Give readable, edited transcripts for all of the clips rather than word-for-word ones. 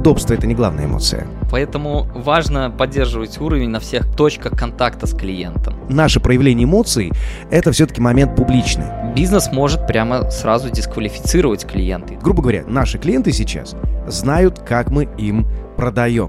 удобство – это не главная эмоция. Поэтому важно поддерживать уровень на всех точках контакта с клиентом. Наше проявление эмоций – это все-таки момент публичный. Бизнес может прямо сразу дисквалифицировать клиента. Грубо говоря, наши клиенты сейчас знают, как мы им продаем.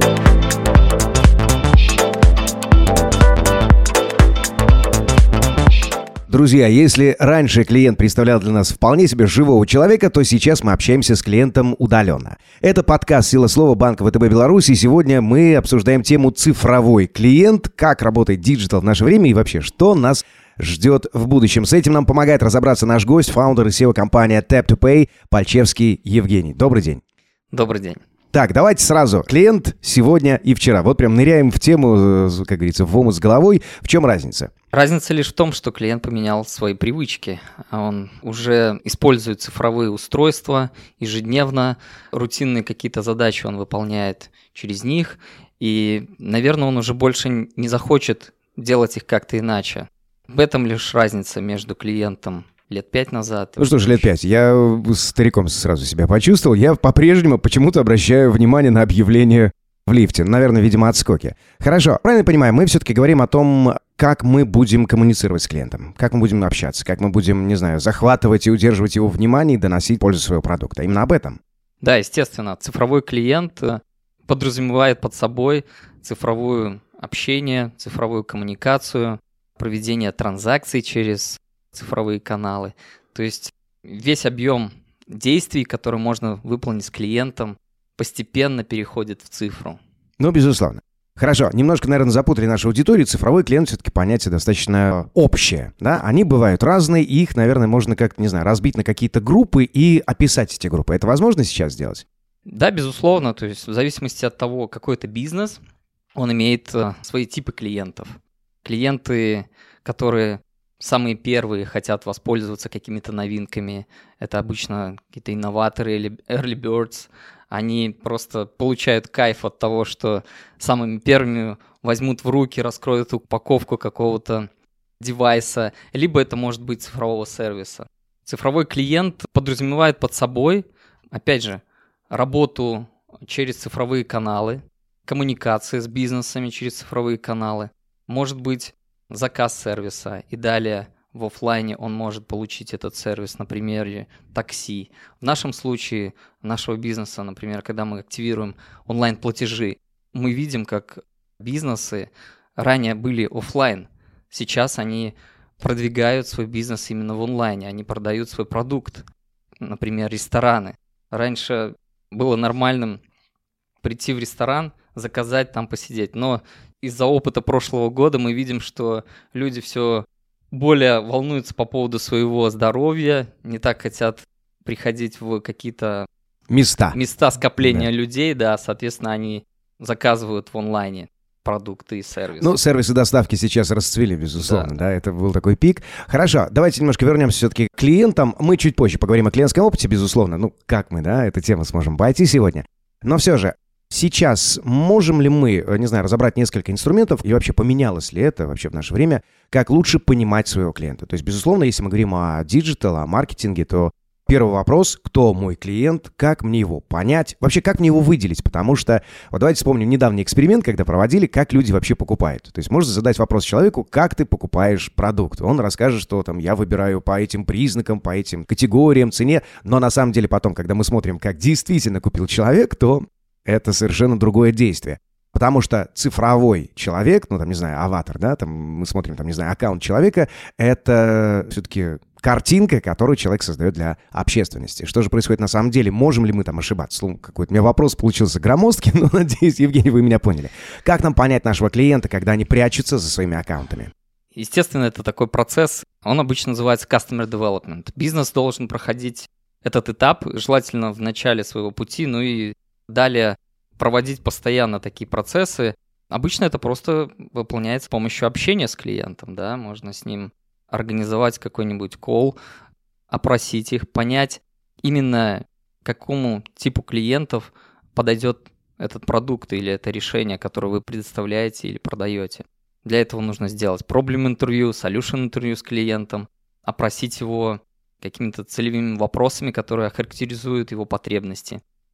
Друзья, если раньше клиент представлял для нас вполне себе живого человека, то сейчас мы общаемся с клиентом удаленно. Это подкаст «Сила слова» Банка ВТБ Беларусь, и сегодня мы обсуждаем тему «Цифровой клиент», как работает диджитал в наше время и вообще, что нас ждет в будущем. С этим нам помогает разобраться наш гость, фаундер и SEO-компания Tap2Pay Пальчевский Евгений. Добрый день. Добрый день. Так, давайте сразу. Клиент сегодня и вчера. Вот прям ныряем в тему, как говорится, в омут с головой. В чем разница? Разница лишь в том, что клиент поменял свои привычки. Он уже использует цифровые устройства ежедневно, рутинные какие-то задачи он выполняет через них. И, наверное, он уже больше не захочет делать их как-то иначе. В этом лишь разница между клиентом лет 5 назад. Ну что ж, лет 5. Я стариком сразу себя почувствовал. Я по-прежнему почему-то обращаю внимание на объявление в лифте. Наверное, видимо, отскоки. Хорошо. Правильно понимаю, мы все-таки говорим о том, как мы будем коммуницировать с клиентом, как мы будем общаться, как мы будем, не знаю, захватывать и удерживать его внимание и доносить пользу своего продукта. Именно об этом. Да, естественно. Цифровой клиент подразумевает под собой цифровое общение, цифровую коммуникацию, проведение транзакций через цифровые каналы. То есть весь объем действий, которые можно выполнить с клиентом, постепенно переходит в цифру. Ну, безусловно. Хорошо, немножко, наверное, запутали нашу аудиторию. Цифровой клиент все-таки понятие достаточно общее. Да? Они бывают разные, и их, наверное, можно как-то, не знаю, разбить на какие-то группы и описать эти группы. Это возможно сейчас сделать? Да, безусловно. То есть в зависимости от того, какой это бизнес, он имеет свои типы клиентов. Клиенты, которые самые первые хотят воспользоваться какими-то новинками. Это обычно какие-то инноваторы или early birds. Они просто получают кайф от того, что самыми первыми возьмут в руки, раскроют упаковку какого-то девайса. Либо это может быть цифрового сервиса. Цифровой клиент подразумевает под собой, опять же, работу через цифровые каналы, коммуникации с бизнесами через цифровые каналы. Может быть, заказ сервиса, и далее в офлайне он может получить этот сервис на примере такси. В нашем случае, нашего бизнеса, например, когда мы активируем онлайн-платежи, мы видим, как бизнесы ранее были офлайн, сейчас они продвигают свой бизнес именно в онлайне, они продают свой продукт, например, рестораны. Раньше было нормальным прийти в ресторан, заказать, там посидеть, но из-за опыта прошлого года мы видим, что люди все более волнуются по поводу своего здоровья, не так хотят приходить в какие-то места скопления людей, да, соответственно, они заказывают в онлайне продукты и сервисы. Ну, сервисы доставки сейчас расцвели, безусловно, да, это был такой пик. Хорошо, давайте немножко вернемся все-таки к клиентам. Мы чуть позже поговорим о клиентском опыте, безусловно. Ну, как мы, да, эту тему сможем пойти сегодня. Но все же, сейчас можем ли мы, не знаю, разобрать несколько инструментов, и вообще поменялось ли это вообще в наше время, как лучше понимать своего клиента? То есть, безусловно, если мы говорим о диджитал, о маркетинге, то первый вопрос, кто мой клиент, как мне его понять, вообще как мне его выделить, потому что, вот давайте вспомним недавний эксперимент, когда проводили, как люди вообще покупают. То есть можно задать вопрос человеку, как ты покупаешь продукт. Он расскажет, что там я выбираю по этим признакам, по этим категориям, цене, но на самом деле потом, когда мы смотрим, как действительно купил человек, то это совершенно другое действие. Потому что цифровой человек, ну там, не знаю, аватар, да, там мы смотрим, там, не знаю, аккаунт человека, это все-таки картинка, которую человек создает для общественности. Что же происходит на самом деле? Можем ли мы там ошибаться? Какой-то у меня вопрос получился громоздкий, но, надеюсь, Евгений, вы меня поняли. Как нам понять нашего клиента, когда они прячутся за своими аккаунтами? Естественно, это такой процесс, он обычно называется customer development. Бизнес должен проходить этот этап, желательно в начале своего пути, ну и далее проводить постоянно такие процессы. Обычно это просто выполняется с помощью общения с клиентом, да, можно с ним организовать какой-нибудь колл, опросить их, понять именно какому типу клиентов подойдет этот продукт или это решение, которое вы предоставляете или продаете. Для этого нужно сделать problem интервью, solution интервью с клиентом, опросить его какими-то целевыми вопросами, которые охарактеризуют его потребности.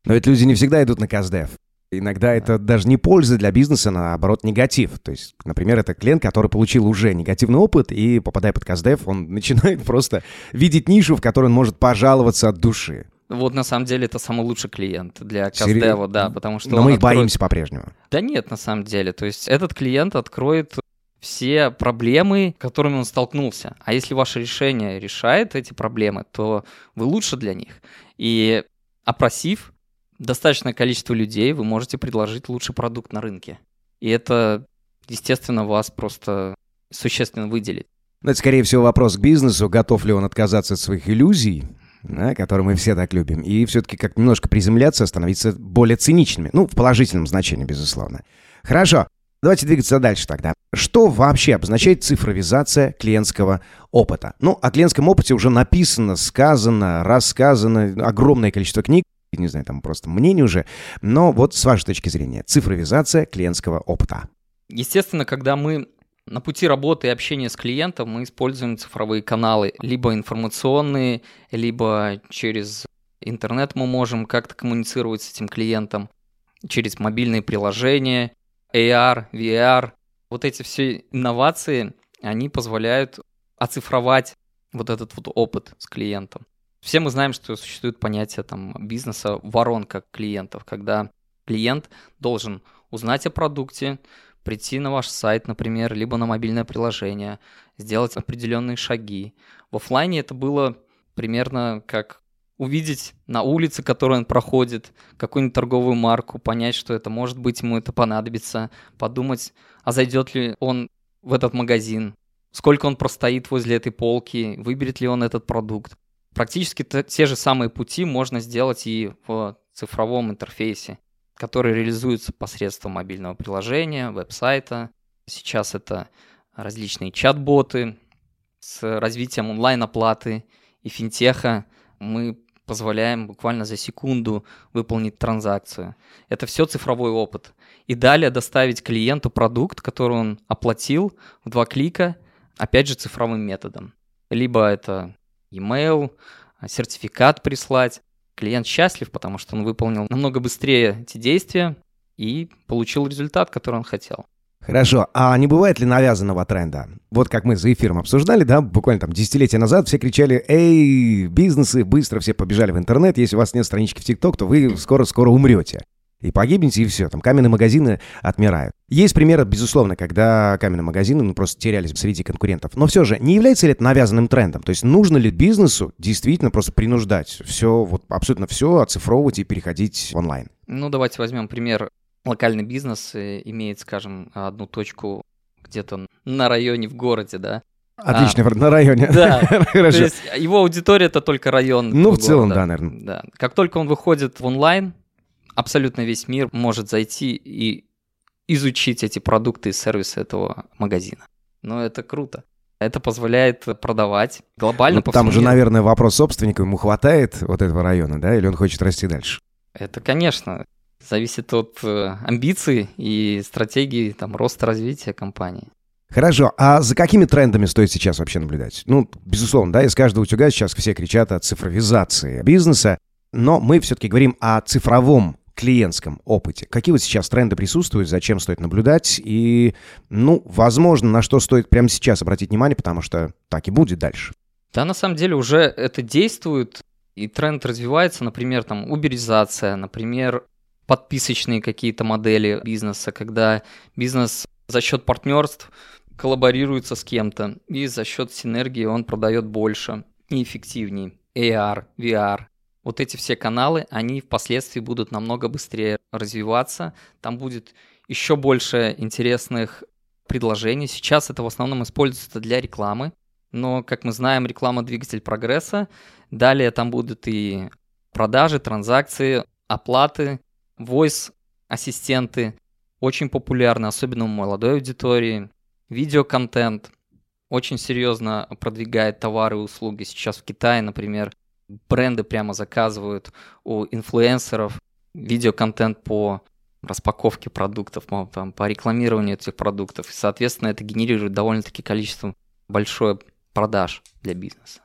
Но ведь люди не всегда идут на КАЗДЕВ. Иногда это даже не польза для бизнеса, а наоборот негатив. То есть, например, это клиент, который получил уже негативный опыт, и, попадая под КАЗДЕВ, он начинает просто видеть нишу, в которой он может пожаловаться от души. Вот на самом деле это самый лучший клиент для КАЗДЕВа, да, потому что но мы их боимся по-прежнему. Да нет, на самом деле. То есть этот клиент откроет все проблемы, с которыми он столкнулся. А если ваше решение решает эти проблемы, то вы лучше для них. И опросив достаточное количество людей, вы можете предложить лучший продукт на рынке. И это, естественно, вас просто существенно выделит. Но это, скорее всего, вопрос к бизнесу. Готов ли он отказаться от своих иллюзий, да, которые мы все так любим, и все-таки как немножко приземляться, становиться более циничными. Ну, в положительном значении, безусловно. Хорошо. Давайте двигаться дальше тогда. Что вообще обозначает цифровизация клиентского опыта? Ну, о клиентском опыте уже написано, сказано, рассказано, огромное количество книг, не знаю, там просто мнений уже, но вот с вашей точки зрения, цифровизация клиентского опыта. Естественно, когда мы на пути работы и общения с клиентом, мы используем цифровые каналы, либо информационные, либо через интернет мы можем как-то коммуницировать с этим клиентом, через мобильные приложения, AR, VR. Вот эти все инновации, они позволяют оцифровать вот этот вот опыт с клиентом. Все мы знаем, что существует понятие там, бизнеса воронка клиентов, когда клиент должен узнать о продукте, прийти на ваш сайт, например, либо на мобильное приложение, сделать определенные шаги. В офлайне это было примерно как увидеть на улице, которую он проходит, какую-нибудь торговую марку, понять, что это может быть, ему это понадобится, подумать, а зайдет ли он в этот магазин, сколько он простоит возле этой полки, выберет ли он этот продукт. Практически те же самые пути можно сделать и в цифровом интерфейсе, который реализуется посредством мобильного приложения, веб-сайта. Сейчас это различные чат-боты. С развитием онлайн-оплаты и финтеха мы позволяем буквально за секунду выполнить транзакцию. Это все цифровой опыт. И далее доставить клиенту продукт, который он оплатил в 2 клика, опять же цифровым методом. Либо это e-mail, сертификат прислать. Клиент счастлив, потому что он выполнил намного быстрее эти действия и получил результат, который он хотел. Хорошо, а не бывает ли навязанного тренда? Вот как мы за эфиром обсуждали, да, буквально там десятилетия назад все кричали: «Эй, бизнесы, быстро все побежали в интернет, если у вас нет странички в ТикТок, то вы скоро умрете. И погибнете, и все, там каменные магазины отмирают». Есть примеры, безусловно, когда каменные магазины просто терялись среди конкурентов. Но все же, не является ли это навязанным трендом? То есть нужно ли бизнесу действительно просто принуждать все, вот абсолютно все оцифровывать и переходить в онлайн? Ну, давайте возьмем пример. Локальный бизнес имеет, скажем, одну точку где-то на районе в городе, да. Отлично, на районе. Да, хорошо. То есть его аудитория — это только район. Ну, в целом, города. да, наверное. Да. Как только он выходит в онлайн, абсолютно весь мир может зайти и изучить эти продукты и сервисы этого магазина. Но это круто. Это позволяет продавать глобально по всему Там же, миру. наверное, вопрос собственника, ему хватает вот этого района, да, или он хочет расти дальше? Это, конечно, зависит от амбиций и стратегии там, роста, развития компании. Хорошо, а за какими трендами стоит сейчас вообще наблюдать? Ну, безусловно, да, из каждого утюга сейчас все кричат о цифровизации бизнеса, но мы все-таки говорим о цифровом клиентском опыте. Какие вот сейчас тренды присутствуют, за чем стоит наблюдать и, ну, возможно, на что стоит прямо сейчас обратить внимание, потому что так и будет дальше. Да, на самом деле уже это действует, и тренд развивается, например, там уберизация, например, подписочные какие-то модели бизнеса, когда бизнес за счет партнерств коллаборируется с кем-то, и за счет синергии он продает больше и эффективнее. AR, VR. Вот эти все каналы, они впоследствии будут намного быстрее развиваться, там будет еще больше интересных предложений. Сейчас это в основном используется для рекламы, но, как мы знаем, реклама — двигатель прогресса. Далее там будут и продажи, транзакции, оплаты, voice-ассистенты, очень популярны, особенно у молодой аудитории. Видеоконтент очень серьезно продвигает товары и услуги. Сейчас в Китае, например, бренды прямо заказывают у инфлюенсеров видеоконтент по распаковке продуктов, по рекламированию этих продуктов. И, соответственно, это генерирует довольно-таки количество большое продаж для бизнеса.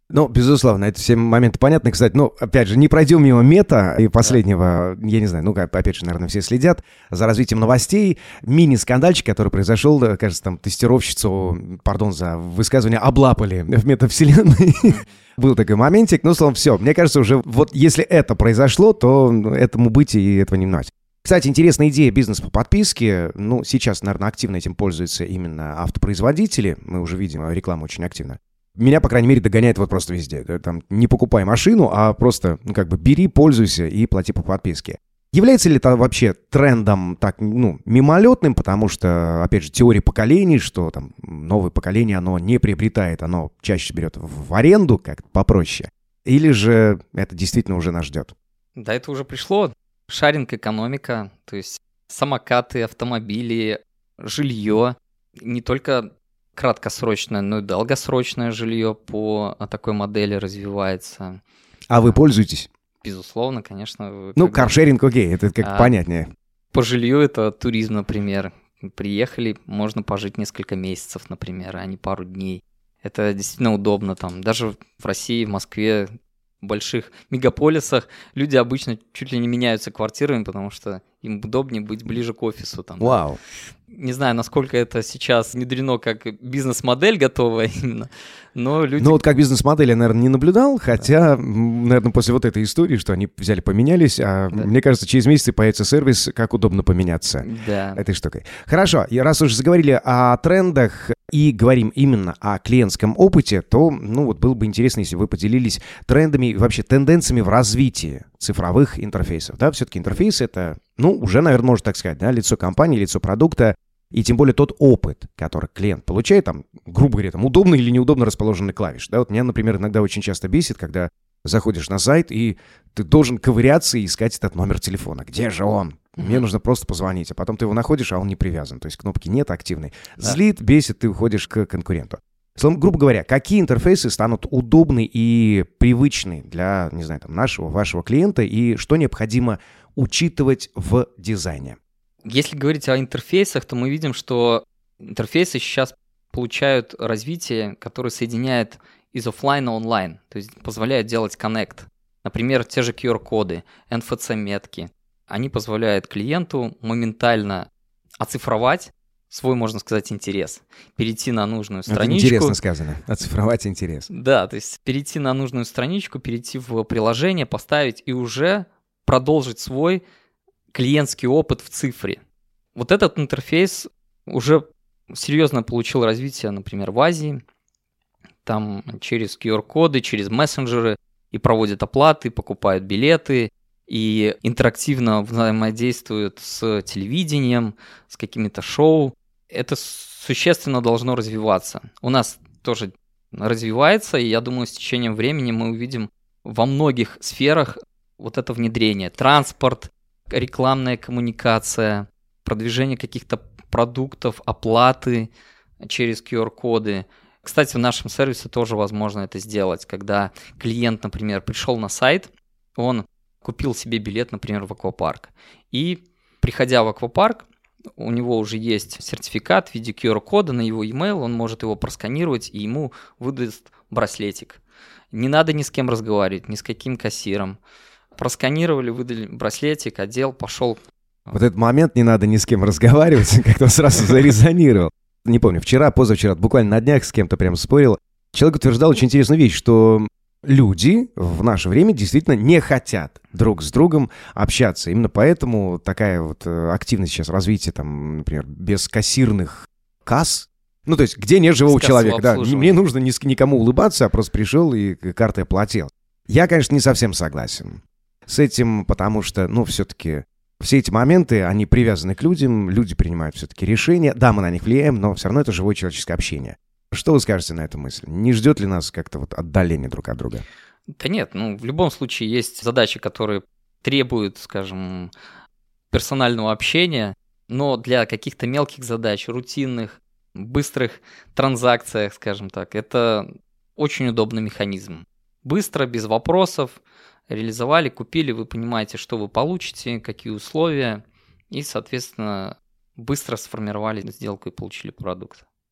Ну, безусловно, это все моменты понятны. Кстати, ну, опять же, не пройдем мимо мета и последнего, я не знаю, ну, опять же, наверное, все следят за развитием новостей. Мини-скандальчик, который произошел, кажется, там тестировщицу, пардон за высказывание, облапали в метавселенной. Был такой моментик, ну, словом, все. Мне кажется, уже вот если это произошло, то этому быть и этого не миновать. Кстати, интересная идея бизнес по подписке. Ну, сейчас, наверное, активно этим пользуются именно автопроизводители. Мы уже видим рекламу очень активно. Меня, по крайней мере, догоняет вот просто везде. Там не покупай машину, а просто, ну, как бы бери, пользуйся и плати по подписке. Является ли это вообще трендом так, ну, мимолетным, потому что, опять же, теория поколений, что там новое поколение, оно не приобретает, оно чаще берет в аренду, как попроще, или же это действительно уже нас ждет? Да, это уже пришло. Шаринг-экономика, то есть самокаты, автомобили, жилье, не только краткосрочное, но и долгосрочное жилье по такой модели развивается. А вы пользуетесь? Безусловно, конечно. Ну, каршеринг, окей, это как понятнее. По жилью это туризм, например. Приехали, можно пожить несколько месяцев, например, а не пару дней. Это действительно удобно там. Даже в России, в Москве, в больших мегаполисах люди обычно чуть ли не меняются квартирами, потому что им удобнее быть ближе к офису. Там, Вау. Не знаю, насколько это сейчас внедрено как бизнес-модель готовая именно, но люди... Ну вот как бизнес-модель я, наверное, не наблюдал, хотя, наверное, после вот этой истории, что они взяли, поменялись, мне кажется, через месяц появится сервис «Как удобно поменяться» этой штукой. Хорошо, и раз уже заговорили о трендах и говорим именно о клиентском опыте, то, ну вот было бы интересно, если вы поделились трендами и вообще тенденциями в развитии цифровых интерфейсов. Да, все-таки интерфейс — это, ну, уже, наверное, можно так сказать, да, лицо компании, лицо продукта, и тем более тот опыт, который клиент получает, там, грубо говоря, там, удобно или неудобно расположенный клавиш. Да, вот меня, например, иногда очень часто бесит, когда заходишь на сайт, и ты должен ковыряться и искать этот номер телефона. Где же он? Мне нужно просто позвонить, а потом ты его находишь, а он не привязан, то есть кнопки нет активной. Злит, бесит, ты уходишь к конкуренту. Словом, грубо говоря, какие интерфейсы станут удобны и привычны для, не знаю, там, нашего, вашего клиента, и что необходимо учитывать в дизайне? Если говорить о интерфейсах, то мы видим, что интерфейсы сейчас получают развитие, которое соединяет из офлайна онлайн, то есть позволяет делать коннект. Например, те же QR-коды, NFC-метки. Они позволяют клиенту моментально оцифровать свой, можно сказать, интерес. Перейти на нужную страничку. Это интересно сказано. Оцифровать интерес. Да, то есть перейти на нужную страничку, перейти в приложение, поставить и уже продолжить свой клиентский опыт в цифре. Вот этот интерфейс уже серьезно получил развитие, например, в Азии. Там через QR-коды, через мессенджеры и проводят оплаты, покупают билеты, и интерактивно взаимодействуют с телевидением, с какими-то шоу. Это существенно должно развиваться. У нас тоже развивается, и я думаю, с течением времени мы увидим во многих сферах вот это внедрение. Транспорт, рекламная коммуникация, продвижение каких-то продуктов, оплаты через QR-коды. Кстати, в нашем сервисе тоже возможно это сделать, когда клиент, например, пришел на сайт, он купил себе билет, например, в аквапарк. И, приходя в аквапарк, у него уже есть сертификат в виде QR-кода на его email, он может его просканировать, и ему выдаст браслетик. Не надо ни с кем разговаривать, ни с каким кассиром. Просканировали, выдали браслетик, одел, пошел. Вот этот момент «не надо ни с кем разговаривать» как-то сразу зарезонировал. Не помню, вчера, позавчера, буквально на днях с кем-то прям спорил. Человек утверждал очень интересную вещь, что люди в наше время действительно не хотят друг с другом общаться. Именно поэтому такая вот активность сейчас развития, там, например, бескассирных касс. Ну, то есть, где нет живого человека. Да, мне нужно никому улыбаться, а просто пришел и картой оплатил. Я, конечно, не совсем согласен с этим, потому что, ну, все-таки все эти моменты, они привязаны к людям, люди принимают все-таки решения. Да, мы на них влияем, но все равно это живое человеческое общение. Что вы скажете на эту мысль? Не ждет ли нас как-то вот отдаление друг от друга? Да нет, ну в любом случае есть задачи, которые требуют, скажем, персонального общения, но для каких-то мелких задач, рутинных, быстрых транзакциях, скажем так, это очень удобный механизм. Быстро, без вопросов, реализовали, купили, вы понимаете, что вы получите, какие условия, и, соответственно, быстро сформировали сделку и получили продукт.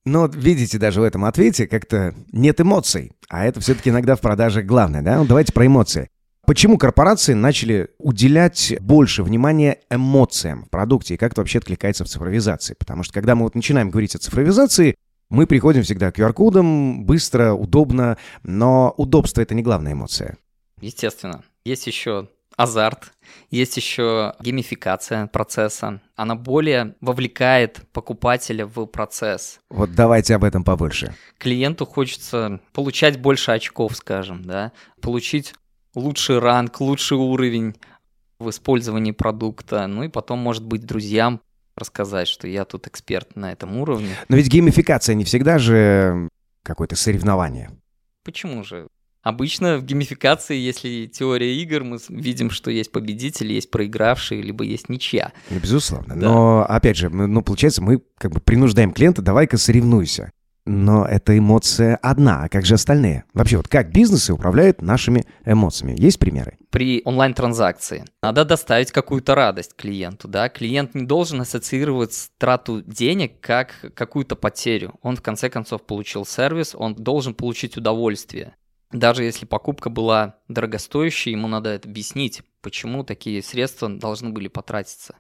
Но видите, даже в этом ответе как-то нет эмоций, а это все-таки иногда в продаже главное, да? Ну, давайте про эмоции. Почему корпорации начали уделять больше внимания эмоциям в продукте и как это вообще откликается в цифровизации? Потому что когда мы вот начинаем говорить о цифровизации, мы приходим всегда к QR-кодам, быстро, удобно, но удобство — это не главная эмоция. Естественно. Есть еще азарт, есть еще геймификация процесса. Она более вовлекает покупателя в процесс. Вот давайте об этом побольше. Клиенту хочется получать больше очков, скажем, да, получить лучший ранг, лучший уровень в использовании продукта, ну и потом, может быть, друзьям рассказать, что я тут эксперт на этом уровне. Но ведь геймификация не всегда же какое-то соревнование. Почему же? Обычно в геймификации, если теория игр, мы видим, что есть победители, есть проигравшие, либо есть ничья. Безусловно. Да. Но, опять же, получается, мы как бы принуждаем клиента, давай-ка соревнуйся. Но эта эмоция одна, а как же остальные? Вообще, вот как бизнесы управляют нашими эмоциями? Есть примеры? При онлайн-транзакции надо доставить какую-то радость клиенту, да? Клиент не должен ассоциировать трату денег как какую-то потерю. Он, в конце концов, получил сервис, он должен получить удовольствие. Даже если покупка была дорогостоящей, ему надо это объяснить, почему такие средства должны были потратиться.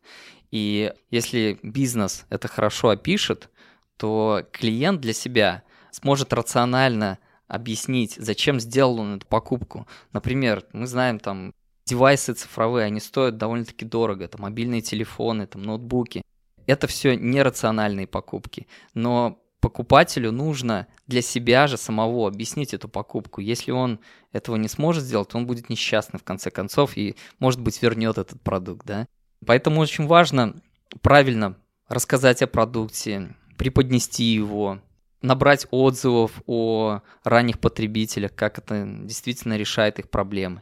И если бизнес это хорошо опишет, то клиент для себя сможет рационально объяснить, зачем сделал он эту покупку. Например, мы знаем, там, девайсы цифровые, они стоят довольно-таки дорого, это мобильные телефоны, там, ноутбуки. Это все нерациональные покупки, но покупателю нужно для себя же самого объяснить эту покупку. Если он этого не сможет сделать, то он будет несчастный в конце концов и, может быть, вернет этот продукт, да. Поэтому очень важно правильно рассказать о продукте, преподнести его, набрать отзывов о ранних потребителях, как это действительно решает их проблемы.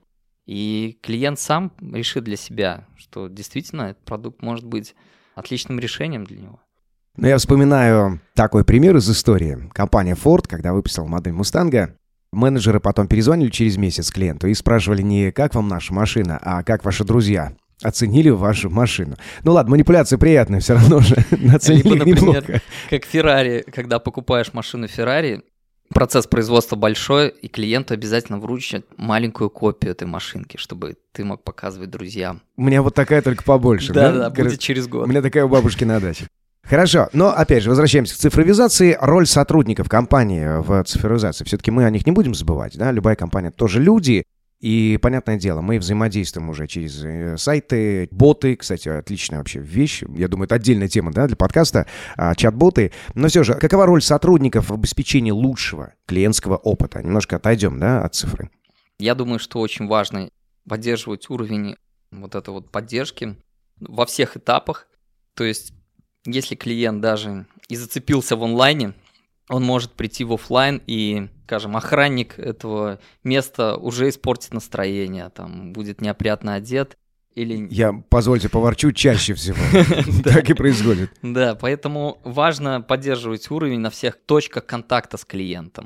И клиент сам решит для себя, что действительно этот продукт может быть отличным решением для него. Но я вспоминаю такой пример из истории. Компания Ford, когда выпустила модель Мустанга, менеджеры потом перезвонили через месяц клиенту и спрашивали не «как вам наша машина», а «как ваши друзья оценили вашу машину». Ну ладно, манипуляция приятная, все равно же оценили либо, например, неплохо. Как Ferrari, когда покупаешь машину Ferrari, процесс производства большой, и клиенту обязательно вручат маленькую копию этой машинки, чтобы ты мог показывать друзьям. У меня вот такая, только побольше. Да, будет через год. У меня такая у бабушки на даче. Хорошо, но опять же, возвращаемся к цифровизации. Роль сотрудников компании в цифровизации. Все-таки мы о них не будем забывать, да? Любая компания тоже люди. И, понятное дело, мы взаимодействуем уже через сайты, боты. Кстати, отличная вообще вещь. Я думаю, это отдельная тема, да, для подкаста. Чат-боты. Но все же, какова роль сотрудников в обеспечении лучшего клиентского опыта? Немножко отойдем, да, от цифры. Я думаю, что очень важно поддерживать уровень вот этой вот поддержки во всех этапах. То есть, если клиент даже и зацепился в онлайне, он может прийти в офлайн и, скажем, охранник этого места уже испортит настроение, там будет неопрятно одет или... Я, позвольте, поворчу чаще всего. Так и происходит. Да, поэтому важно поддерживать уровень на всех точках контакта с клиентом.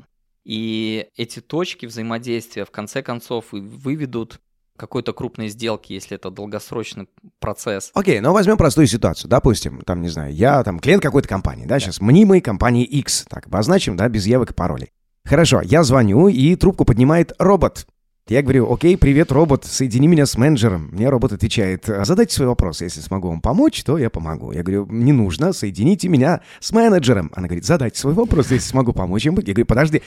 И эти точки взаимодействия в конце концов выведут какой-то крупной сделки, если это долгосрочный процесс. Окей, но возьмем простую ситуацию. Допустим, там, не знаю, я там клиент какой-то компании, да, сейчас мнимой компании X, так обозначим, да, без явок и паролей. Хорошо, я звоню, и трубку поднимает робот. Я говорю: окей, привет, робот, соедини меня с менеджером. Мне робот отвечает: задайте свой вопрос, если смогу вам помочь, то я помогу. Я говорю: не нужно, соедините меня с менеджером. Она говорит: задайте свой вопрос, если смогу помочь. Я говорю: подожди,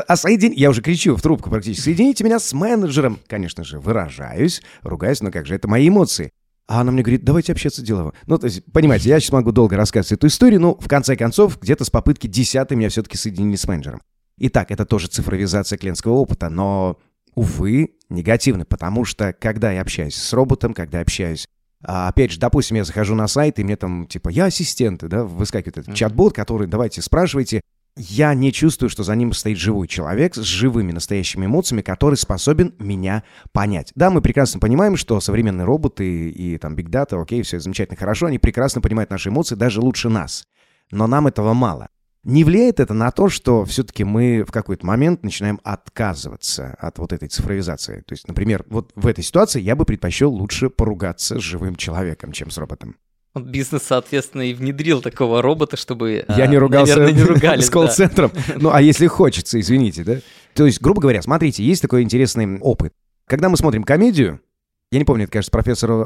я уже кричу в трубку практически: соедините меня с менеджером. Конечно же, выражаюсь, ругаюсь, но как же, это мои эмоции. А она мне говорит: давайте общаться делово. Ну, то есть, понимаете, я сейчас могу долго рассказывать эту историю, но в конце концов, где-то с попытки 10-й меня все-таки соединили с менеджером. Итак, это тоже цифровизация клиентского опыта, но... увы, негативно, потому что, когда я общаюсь с роботом, когда я общаюсь... опять же, допустим, я захожу на сайт, и мне там, типа, я ассистент, да, выскакивает этот чат-бот, который, давайте, спрашивайте. Я не чувствую, что за ним стоит живой человек с живыми настоящими эмоциями, который способен меня понять. Да, мы прекрасно понимаем, что современные роботы и там Big Data, окей, все замечательно, хорошо, они прекрасно понимают наши эмоции даже лучше нас. Но нам этого мало. Не влияет это на то, что все-таки мы в какой-то момент начинаем отказываться от вот этой цифровизации? То есть, например, вот в этой ситуации я бы предпочел лучше поругаться с живым человеком, чем с роботом. Вот бизнес, соответственно, и внедрил такого робота, чтобы, я не ругался, наверное, не ругались, с колл-центром. Ну, а если хочется, извините, да? То есть, грубо говоря, смотрите, есть такой интересный опыт. Когда мы смотрим комедию, я не помню, это, кажется, профессор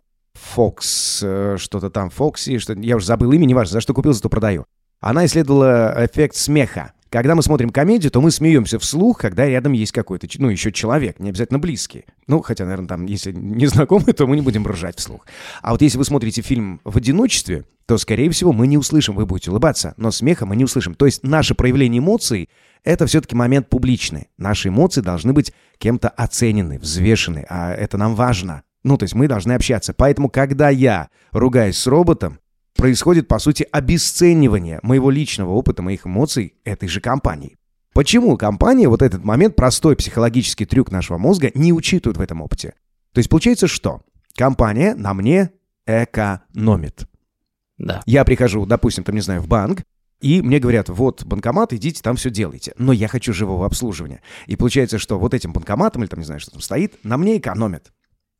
Фокс, что-то там, Фокси, что я уже забыл имя, неважно, за что купил, зато продаю. Она исследовала эффект смеха. Когда мы смотрим комедию, то мы смеемся вслух, когда рядом есть какой-то, ну, еще человек, не обязательно близкий. Ну, хотя, наверное, там, если незнакомый, то мы не будем ржать вслух. А вот если вы смотрите фильм в одиночестве, то, скорее всего, мы не услышим, вы будете улыбаться, но смеха мы не услышим. То есть наше проявление эмоций — это все-таки момент публичный. Наши эмоции должны быть кем-то оценены, взвешены, а это нам важно. Ну, то есть мы должны общаться. Поэтому, когда я ругаюсь с роботом, происходит, по сути, обесценивание моего личного опыта, моих эмоций этой же компании. Почему компания вот этот момент, простой психологический трюк нашего мозга, не учитывает в этом опыте? То есть получается что? Компания на мне экономит. Да. Я прихожу, допустим, там, не знаю, в банк, и мне говорят, вот банкомат, идите, там все делайте. Но я хочу живого обслуживания. И получается, что вот этим банкоматом, или там, не знаю, что там стоит, на мне экономят.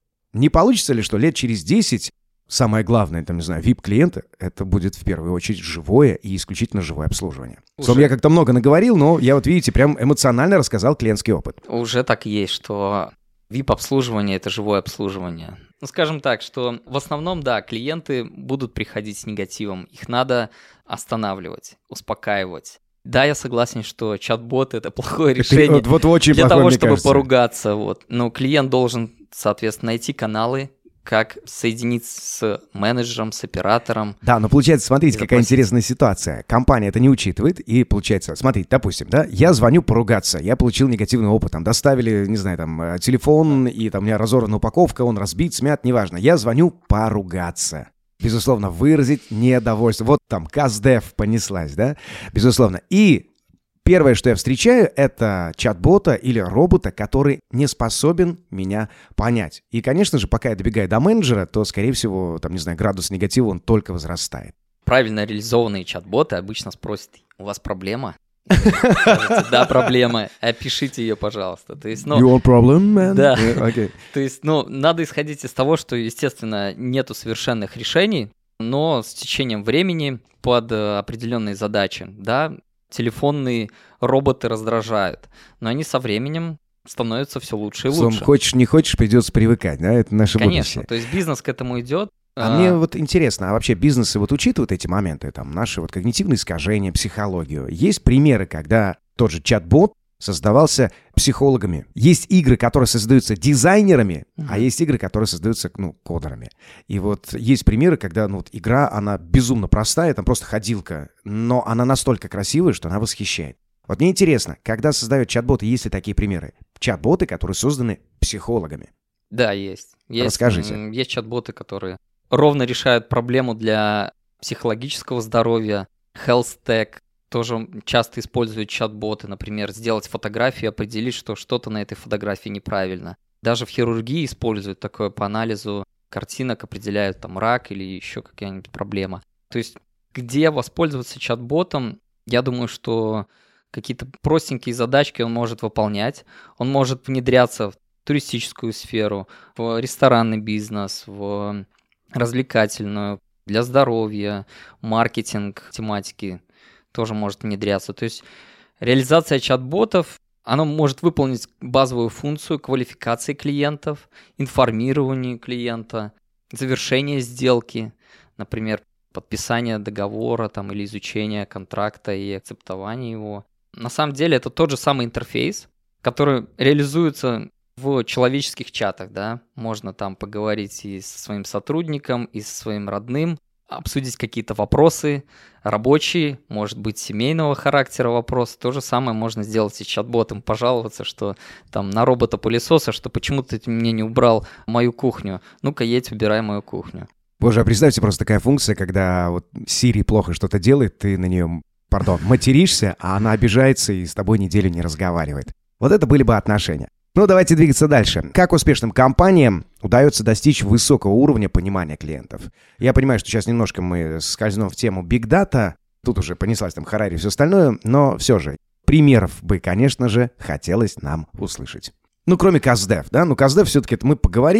Не получится ли, что лет через 10 самое главное, там, не знаю, VIP-клиента, это будет в первую очередь живое и исключительно живое обслуживание. Словом, я как-то много наговорил, но я вот, видите, прям эмоционально рассказал клиентский опыт. Уже так и есть, что VIP-обслуживание – это живое обслуживание. Ну, скажем так, что в основном, да, клиенты будут приходить с негативом. Их надо останавливать, успокаивать. Да, я согласен, что чат-бот – это плохое решение вот очень для плохое, того, мне чтобы кажется. поругаться. Вот. Но клиент должен, соответственно, найти каналы, как соединиться с менеджером, с оператором. Да, но получается, смотрите, какая интересная ситуация. Компания это не учитывает, и получается, смотрите, допустим, да, я звоню поругаться, я получил негативный опыт, там, доставили, не знаю, там, телефон, и там у меня разорвана упаковка, он разбит, смят, неважно. Я звоню поругаться. Безусловно, выразить недовольство. Вот там КазДев понеслась, да, безусловно. И первое, что я встречаю, это чат-бота или робота, который не способен меня понять. И, конечно же, пока я добегаю до менеджера, то, скорее всего, там, не знаю, градус негатива, он только возрастает. Правильно реализованные чат-боты обычно спросят, у вас проблема? Скажете, да, проблема, опишите ее, пожалуйста. То есть, ну, Your problem, man? Да. Okay. То есть, ну, надо исходить из того, что, естественно, нету совершенных решений, но с течением времени под определенные задачи, да, телефонные роботы раздражают, но они со временем становятся все лучше и лучше. Словом, хочешь, не хочешь, придется привыкать, да, это наше Конечно, будущее. то есть бизнес к этому идет. А мне вот интересно, а вообще бизнесы вот учитывают эти моменты, там, наши вот когнитивные искажения, психологию? Есть примеры, когда тот же чат-бот создавался психологами. Есть игры, которые создаются дизайнерами, а есть игры, которые создаются, ну, кодерами. И вот есть примеры, когда, ну, вот игра, она безумно простая, там просто ходилка, но она настолько красивая, что она восхищает. Вот мне интересно, когда создают чат-боты, есть ли такие примеры? Чат-боты, которые созданы психологами. Да, есть. Расскажите. Есть чат-боты, которые ровно решают проблему для психологического здоровья. Health Tech тоже часто используют чат-боты, например, сделать фотографию, определить, что что-то на этой фотографии неправильно. Даже в хирургии используют такое по анализу картинок, определяют там рак или еще какая-нибудь проблема. То есть где воспользоваться чат-ботом, я думаю, что какие-то простенькие задачки он может выполнять, он может внедряться в туристическую сферу, в ресторанный бизнес, в развлекательную, для здоровья, маркетинг, тематики тоже может внедряться. То есть реализация чат-ботов, она может выполнить базовую функцию квалификации клиентов, информирования клиента, завершения сделки, например, подписание договора там, или изучение контракта и акцептование его. На самом деле это тот же самый интерфейс, который реализуется в человеческих чатах, да, можно там поговорить и со своим сотрудником, и со своим родным, обсудить какие-то вопросы рабочие, может быть, семейного характера вопросы. То же самое можно сделать и с чат-ботом, пожаловаться, что там на робота-пылесоса, что почему ты мне не убрал мою кухню, ну-ка едь, убирай мою кухню. Боже, а представьте просто такая функция, когда вот Siri плохо что-то делает, ты на нее, материшься, а она обижается и с тобой неделю не разговаривает. Вот это были бы отношения. Ну, давайте двигаться дальше. Как успешным компаниям удается достичь высокого уровня понимания клиентов? Я понимаю, что сейчас немножко мы скользнем в тему Big Data. Тут уже понеслась там Харари и все остальное, но все же примеров бы, конечно же, хотелось нам услышать. Ну, кроме КазДев, да? Ну, КазДев все-таки это мы поговорили.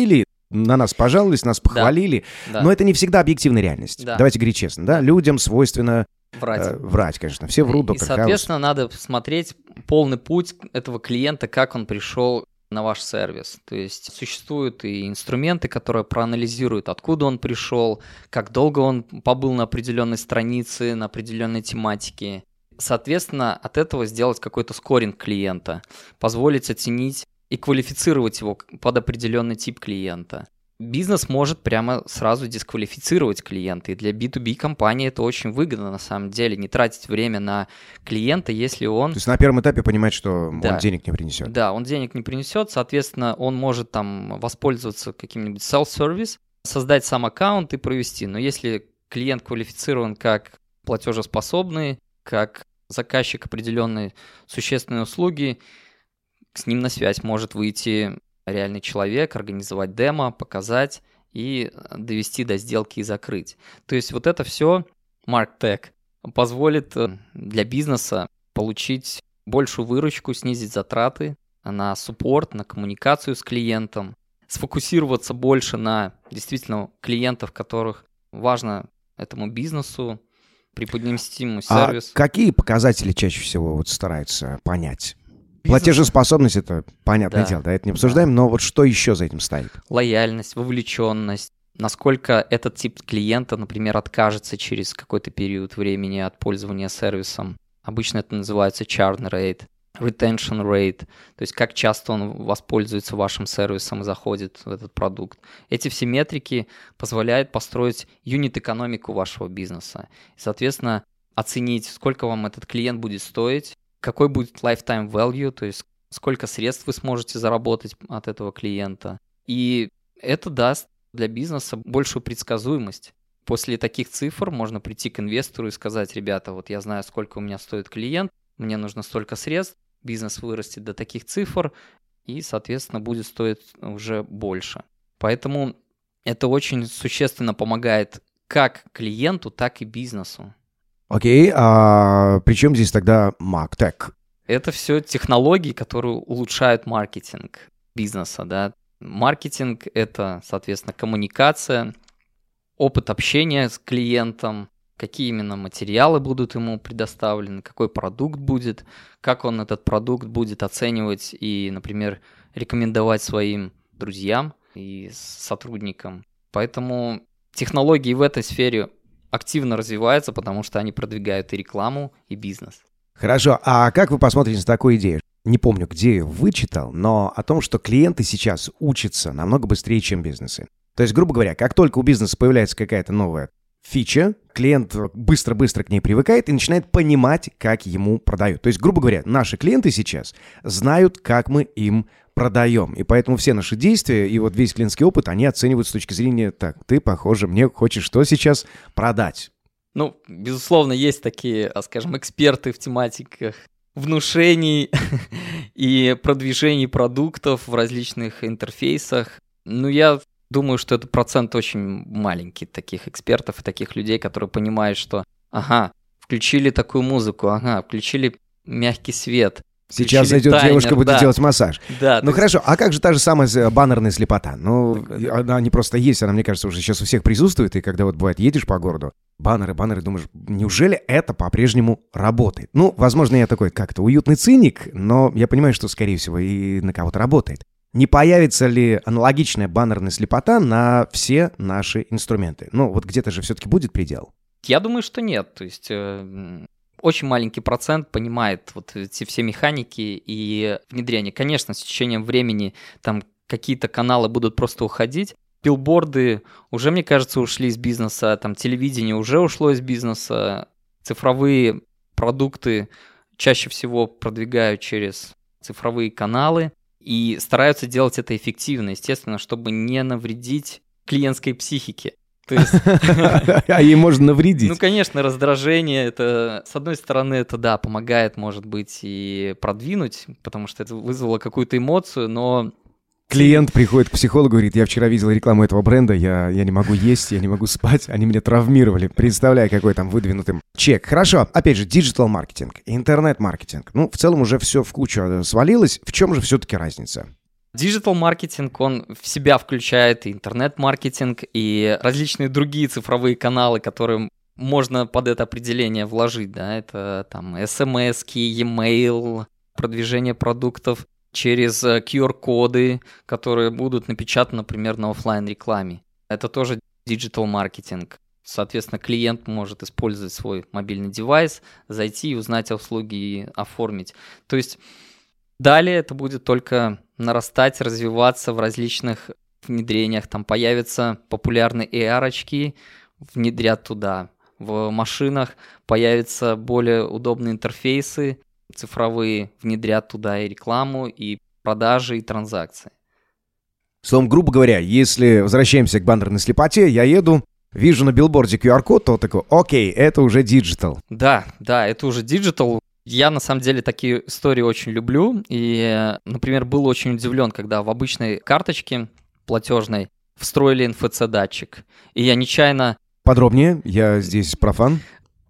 на нас пожаловались, нас похвалили. Да. Но это не всегда объективная реальность. Да. Давайте говорить честно. Да? Людям свойственно врать, конечно. Все врут, доктор Хаус. И, соответственно, надо смотреть полный путь этого клиента, как он пришел на ваш сервис. То есть существуют и инструменты, которые проанализируют, откуда он пришел, как долго он побыл на определенной странице, на определенной тематике. Соответственно, от этого сделать какой-то скоринг клиента, позволить оценить и квалифицировать его под определенный тип клиента. Бизнес может прямо сразу дисквалифицировать клиента, и для B2B компании это очень выгодно на самом деле, не тратить время на клиента, если он... То есть на первом этапе понимать, что он денег не принесет. Да, он денег не принесет, соответственно, он может там воспользоваться каким-нибудь self-service, создать сам аккаунт и провести. Но если клиент квалифицирован как платежеспособный, как заказчик определенной существенной услуги, с ним на связь может выйти реальный человек, организовать демо, показать и довести до сделки и закрыть. То есть вот это все MarkTech позволит для бизнеса получить большую выручку, снизить затраты на суппорт, на коммуникацию с клиентом, сфокусироваться больше на действительно клиентов, которых важно этому бизнесу, преподнести ему сервис. А какие показатели чаще всего стараются понять? Платежеспособность — это понятное дело, да, это не обсуждаем, но вот что еще за этим стоит? Лояльность, вовлеченность, насколько этот тип клиента, например, откажется через какой-то период времени от пользования сервисом. Обычно это называется churn rate, retention rate, то есть как часто он воспользуется вашим сервисом и заходит в этот продукт. Эти все метрики позволяют построить юнит-экономику вашего бизнеса. И, соответственно, оценить, сколько вам этот клиент будет стоить, какой будет lifetime value, то есть сколько средств вы сможете заработать от этого клиента. И это даст для бизнеса большую предсказуемость. После таких цифр можно прийти к инвестору и сказать: ребята, вот я знаю, сколько у меня стоит клиент, мне нужно столько средств, бизнес вырастет до таких цифр и, соответственно, будет стоить уже больше. Поэтому это очень существенно помогает как клиенту, так и бизнесу. Окей, а при чем здесь тогда MarkTech? Это все технологии, которые улучшают маркетинг бизнеса, да. Маркетинг — это, соответственно, коммуникация, опыт общения с клиентом, какие именно материалы будут ему предоставлены, какой продукт будет, как он этот продукт будет оценивать и, например, рекомендовать своим друзьям и сотрудникам. Поэтому технологии в этой сфере активно развиваются, потому что они продвигают и рекламу, и бизнес. Хорошо, а как вы посмотрите на такую идею? Не помню, где я вычитал, но о том, что клиенты сейчас учатся намного быстрее, чем бизнесы. То есть, грубо говоря, как только у бизнеса появляется какая-то новая фича, клиент быстро-быстро к ней привыкает и начинает понимать, как ему продают. То есть, грубо говоря, наши клиенты сейчас знают, как мы им продаем. И поэтому все наши действия и вот весь клиентский опыт, они оценивают с точки зрения: так, ты, похоже, мне хочешь что сейчас продать? Ну, безусловно, есть такие, скажем, эксперты в тематиках внушений и продвижений продуктов в различных интерфейсах. Ну, я думаю, что это процент очень маленький таких экспертов и таких людей, которые понимают, что ага, включили такую музыку, ага, включили мягкий свет. Сейчас зайдет таймер, девушка, будет да. делать массаж. Да, Ну хорошо, а как же та же самая баннерная слепота? Ну, она не просто есть, она, мне кажется, уже сейчас у всех присутствует, и когда вот бывает едешь по городу, баннеры, думаешь, неужели это по-прежнему работает? Ну, возможно, я такой как-то уютный циник, но я понимаю, что, скорее всего, и на кого-то работает. Не появится ли аналогичная баннерная слепота на все наши инструменты? Ну, вот где-то же все-таки будет предел. Я думаю, что нет. То есть очень маленький процент понимает вот эти все механики и внедрение. Конечно, с течением времени там какие-то каналы будут просто уходить. Билборды уже, мне кажется, ушли из бизнеса, там телевидение уже ушло из бизнеса. Цифровые продукты чаще всего продвигают через цифровые каналы и стараются делать это эффективно, естественно, чтобы не навредить клиентской психике. То есть... А ей можно навредить. Ну, конечно, раздражение, это, с одной стороны, это, да, помогает, может быть, и продвинуть, потому что это вызвало какую-то эмоцию, но... Клиент приходит к психологу и говорит: я вчера видел рекламу этого бренда, я не могу есть, я не могу спать, они меня травмировали. Представляю, какой там выдвинутый чек. Хорошо, опять же, диджитал-маркетинг, интернет-маркетинг. Ну, в целом уже все в кучу свалилось. В чем же все-таки разница? Диджитал-маркетинг, он в себя включает и интернет-маркетинг, и различные другие цифровые каналы, которые можно под это определение вложить, да, это там смс-ки, e-mail, продвижение продуктов через QR-коды, которые будут напечатаны, например, на офлайн-рекламе. Это тоже диджитал-маркетинг. Соответственно, клиент может использовать свой мобильный девайс, зайти и узнать о услуге и оформить. То есть далее это будет только нарастать, развиваться в различных внедрениях. Там появятся популярные AR-очки, внедрят туда. В машинах появятся более удобные интерфейсы цифровые, внедрят туда и рекламу, и продажи, и транзакции. Словом, грубо говоря, если возвращаемся к баннерной слепоте, я еду, вижу на билборде QR-код, то такой, окей, это уже диджитал. Да, это уже диджитал. Я, на самом деле, такие истории очень люблю. И, например, был очень удивлен, когда в обычной карточке платежной встроили NFC-датчик. И я нечаянно... Подробнее, я здесь профан.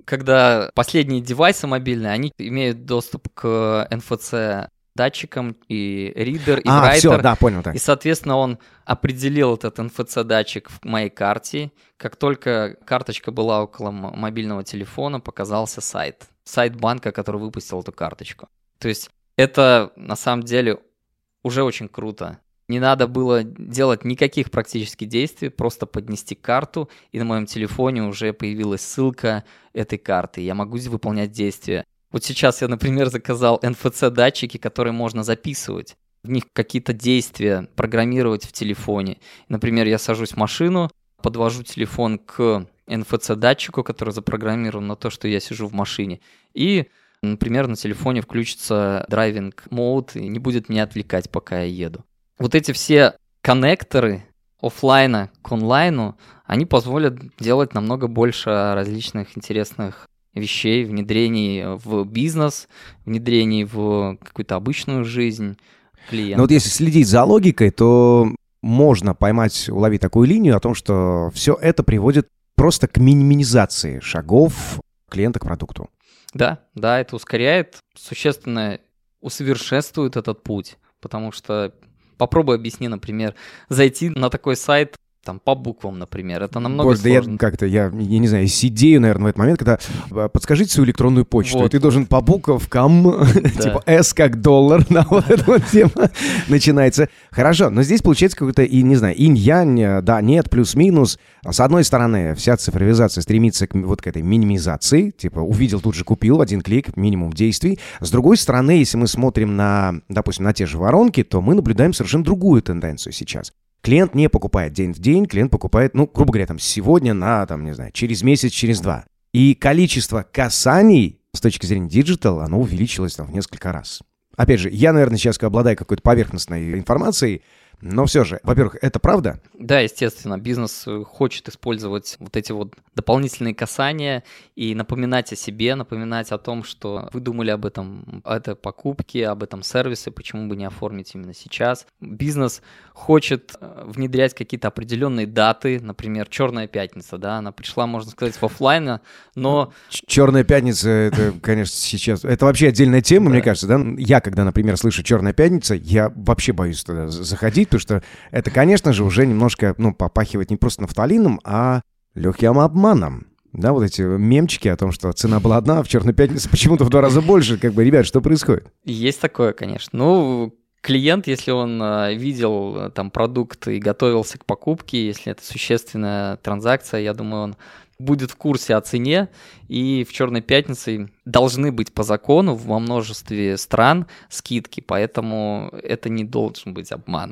Когда последние девайсы мобильные, они имеют доступ к NFC-датчикам и ридер, и райтер. Все, да, понял. Так. И, соответственно, он определил этот NFC-датчик в моей карте. Как только карточка была около мобильного телефона, показался сайт банка, который выпустил эту карточку. То есть это, на самом деле, уже очень круто. Не надо было делать никаких практически действий, просто поднести карту, и на моем телефоне уже появилась ссылка этой карты. Я могу выполнять действия. Вот сейчас я, например, заказал NFC-датчики, которые можно записывать. В них какие-то действия программировать в телефоне. Например, я сажусь в машину, подвожу телефон к NFC-датчику, который запрограммирован на то, что я сижу в машине, и, например, на телефоне включится driving mode и не будет меня отвлекать, пока я еду. Вот эти все коннекторы офлайна к онлайну, они позволят делать намного больше различных интересных вещей, внедрений в бизнес, внедрений в какую-то обычную жизнь клиента. Но вот если следить за логикой, то можно уловить такую линию о том, что все это приводит просто к минимизации шагов клиента к продукту. Да, это ускоряет, существенно усовершенствует этот путь, потому что попробуй объясни, например, зайти на такой сайт там по буквам, например, это намного сложно. Я не знаю, сидею, наверное, в этот момент, когда подскажите свою электронную почту, и ты должен по буквам, типа S как доллар, вот эта вот тема начинается. Хорошо, но здесь получается какой-то, не знаю, инь-янь, да, нет, плюс-минус. С одной стороны, вся цифровизация стремится к этой минимизации, типа увидел, тут же купил, один клик, минимум действий. С другой стороны, если мы смотрим допустим, на те же воронки, то мы наблюдаем совершенно другую тенденцию сейчас. Клиент не покупает день в день, клиент покупает, грубо говоря, сегодня через месяц, через 2. И количество касаний с точки зрения диджитал, оно увеличилось в несколько раз. Опять же, я, наверное, сейчас обладаю какой-то поверхностной информацией, но все же, во-первых, это правда? Да, естественно, бизнес хочет использовать вот эти вот дополнительные касания и напоминать о себе, напоминать о том, что вы думали об этой покупке, об этом сервисе, почему бы не оформить именно сейчас. Бизнес хочет внедрять какие-то определенные даты, например, Черная пятница, да, она пришла, можно сказать, в офлайн, но... Черная пятница, это, конечно, сейчас... Это вообще отдельная тема, мне кажется, да? Я, когда, например, слышу Черная пятница, я вообще боюсь туда заходить, потому что это, конечно же, уже немножко, попахивает не просто нафталином, а легким обманом. Да, вот эти мемчики о том, что цена была одна, а в Черную пятницу почему-то в 2 раза больше. Ребят, что происходит? Есть такое, конечно. Клиент, если он видел там продукт и готовился к покупке, если это существенная транзакция, я думаю, он будет в курсе о цене, и в Черной пятнице должны быть по закону во множестве стран скидки, поэтому это не должен быть обман.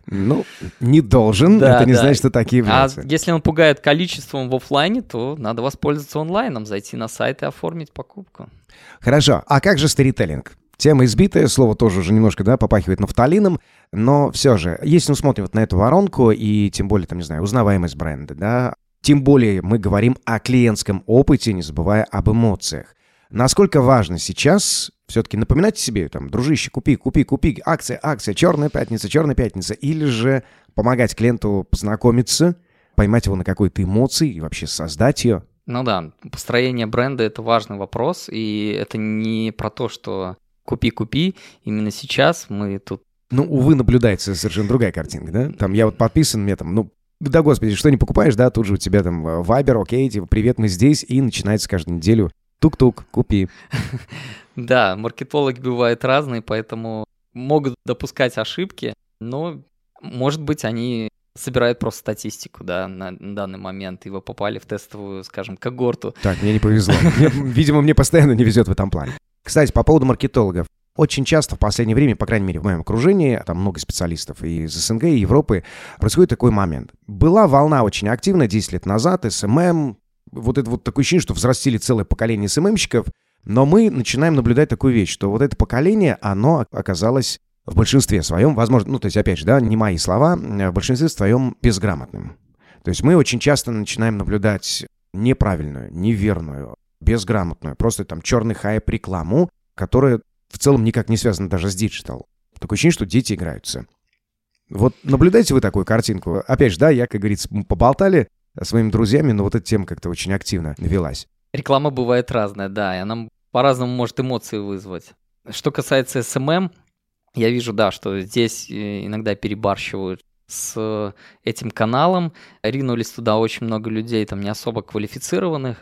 Не должен, это не значит, что так и является. А если он пугает количеством в офлайне, то надо воспользоваться онлайном, зайти на сайт и оформить покупку. Хорошо, а как же сторителлинг? Тема избитая, слово тоже уже немножко, попахивает нафталином, но все же, если мы смотрим на эту воронку, и тем более, узнаваемость бренда, да, тем более мы говорим о клиентском опыте, не забывая об эмоциях. Насколько важно сейчас все-таки напоминать себе, дружище, купи, акция, черная пятница, или же помогать клиенту познакомиться, поймать его на какой-то эмоции и вообще создать ее? Построение бренда – это важный вопрос, и это не про то, что купи, именно сейчас мы тут Ну, увы, наблюдается совершенно другая картинка, да? Там я вот подписан, мне там, ну, да господи, что не покупаешь, да, тут же у тебя там Viber, окей, типа, привет, мы здесь, и начинается каждую неделю тук-тук, купи. Да, маркетологи бывают разные, поэтому могут допускать ошибки, но, может быть, они собирают просто статистику, да, на данный момент, и вы попали в тестовую, скажем, когорту. Так, мне не повезло. Видимо, мне постоянно не везет в этом плане. Кстати, по поводу маркетологов. Очень часто в последнее время, по крайней мере, в моем окружении, там много специалистов и из СНГ, и Европы, происходит такой момент. Была волна очень активная 10 лет назад, СММ, вот это вот такое ощущение, что взрастили целое поколение СММщиков, но мы начинаем наблюдать такую вещь, что вот это поколение, оно оказалось в большинстве своем, возможно, ну, то есть, опять же, да, не мои слова, в большинстве своем безграмотным. То есть мы очень часто начинаем наблюдать неправильную, неверную, безграмотную, просто там черный хайп рекламу, которая в целом никак не связано даже с диджитал. Такое ощущение, что дети играются. Вот наблюдаете вы такую картинку? Опять же, да, я, как говорится, поболтали со своими друзьями, но вот эта тема как-то очень активно велась. Реклама бывает разная, да, и она по-разному может эмоции вызвать. Что касается SMM, я вижу, да, что здесь иногда перебарщивают с этим каналом. Ринулись туда очень много людей, там не особо квалифицированных,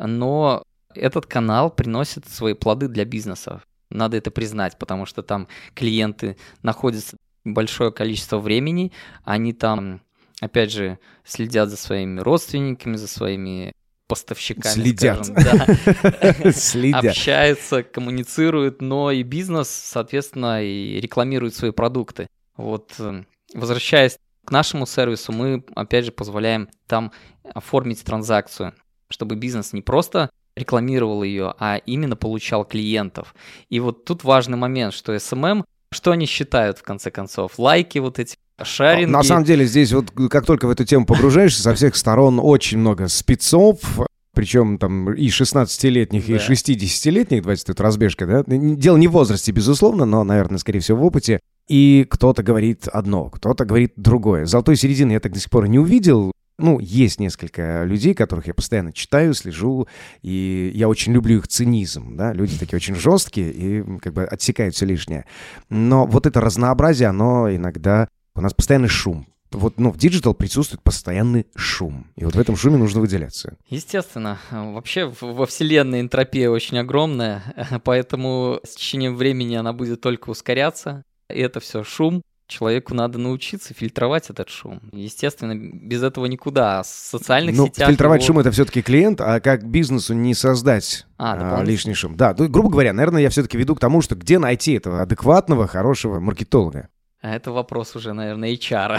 но этот канал приносит свои плоды для бизнеса. Надо это признать, потому что там клиенты находятся большое количество времени, они там, опять же, следят за своими родственниками, за своими поставщиками, следят. скажем, да, Следят. общаются, коммуницируют, но и бизнес, соответственно, и рекламирует свои продукты. Вот, возвращаясь к нашему сервису, мы, опять же, позволяем там оформить транзакцию, чтобы бизнес не просто рекламировал ее, а именно получал клиентов. И вот тут важный момент, что SMM, что они считают в конце концов? Лайки, вот эти шаринги. На самом деле здесь вот как только в эту тему погружаешься, со всех сторон очень много спецов, причем там и 16-летних, и 60-летних, давайте тут разбежка, да? Дело не в возрасте, безусловно, но, наверное, скорее всего, в опыте. И кто-то говорит одно, кто-то говорит другое. Золотой середины я так до сих пор не увидел. Ну, есть несколько людей, которых я постоянно читаю, слежу, и я очень люблю их цинизм, да, люди такие очень жесткие и как бы отсекают все лишнее. Но вот это разнообразие, оно иногда... У нас постоянный шум. Вот, ну, в диджитал присутствует постоянный шум, и вот в этом шуме нужно выделяться. Естественно. Вообще во вселенной энтропия очень огромная, поэтому с течением времени она будет только ускоряться, и это все шум. Человеку надо научиться фильтровать этот шум. Естественно, без этого никуда. В социальных сетях... Фильтровать шум — это все-таки клиент, а как бизнесу не создать лишний шум? Да, грубо говоря, наверное, я все-таки веду к тому, что где найти этого адекватного, хорошего маркетолога? Это вопрос уже, наверное, HR,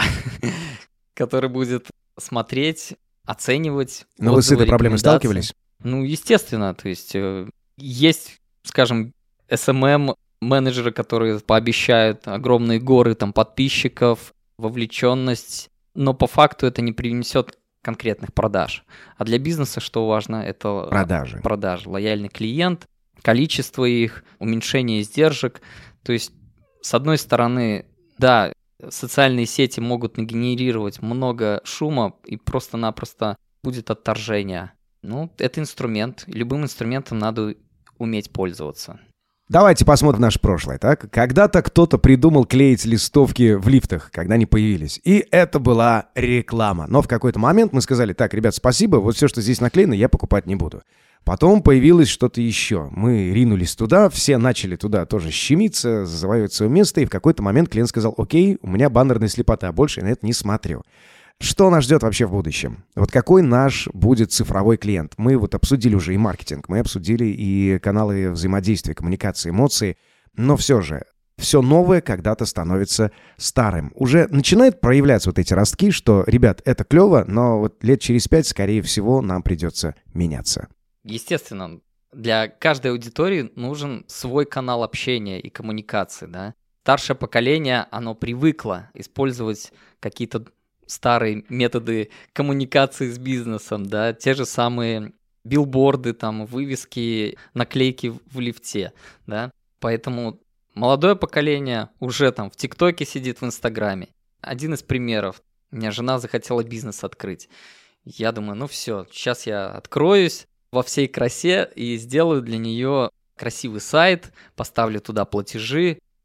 который будет смотреть, оценивать. Но вы с этой проблемой сталкивались? Ну, естественно. То есть, скажем, SMM, менеджеры, которые пообещают огромные горы там подписчиков, вовлеченность, но по факту это не принесет конкретных продаж. А для бизнеса что важно? Это продажи. Лояльный клиент, количество их, уменьшение издержек. То есть, с одной стороны, да, социальные сети могут нагенерировать много шума, и просто-напросто будет отторжение. Ну, это инструмент. Любым инструментом надо уметь пользоваться. Давайте посмотрим наше прошлое, так? Когда-то кто-то придумал клеить листовки в лифтах, когда они появились. И это была реклама. Но в какой-то момент мы сказали: так, ребят, спасибо, вот все, что здесь наклеено, я покупать не буду. Потом появилось что-то еще. Мы ринулись туда, все начали туда тоже щемиться, завоевать свое место, и в какой-то момент клиент сказал: окей, у меня баннерная слепота, больше я на это не смотрю. Что нас ждет вообще в будущем? Вот какой наш будет цифровой клиент? Мы вот обсудили уже и маркетинг, мы обсудили и каналы взаимодействия, коммуникации, эмоций, но все же, все новое когда-то становится старым. Уже начинают проявляться вот эти ростки, что, ребят, это клево, но вот лет через 5, скорее всего, нам придется меняться. Естественно, для каждой аудитории нужен свой канал общения и коммуникации, да. Старшее поколение, оно привыкло использовать какие-то старые методы коммуникации с бизнесом, да, те же самые билборды, там, вывески, наклейки в лифте, да. Поэтому молодое поколение уже там в ТикТоке сидит, в Инстаграме. Один из примеров. У меня жена захотела бизнес открыть. Я думаю, ну все, сейчас я откроюсь во всей красе и сделаю для нее красивый сайт, поставлю туда платежи,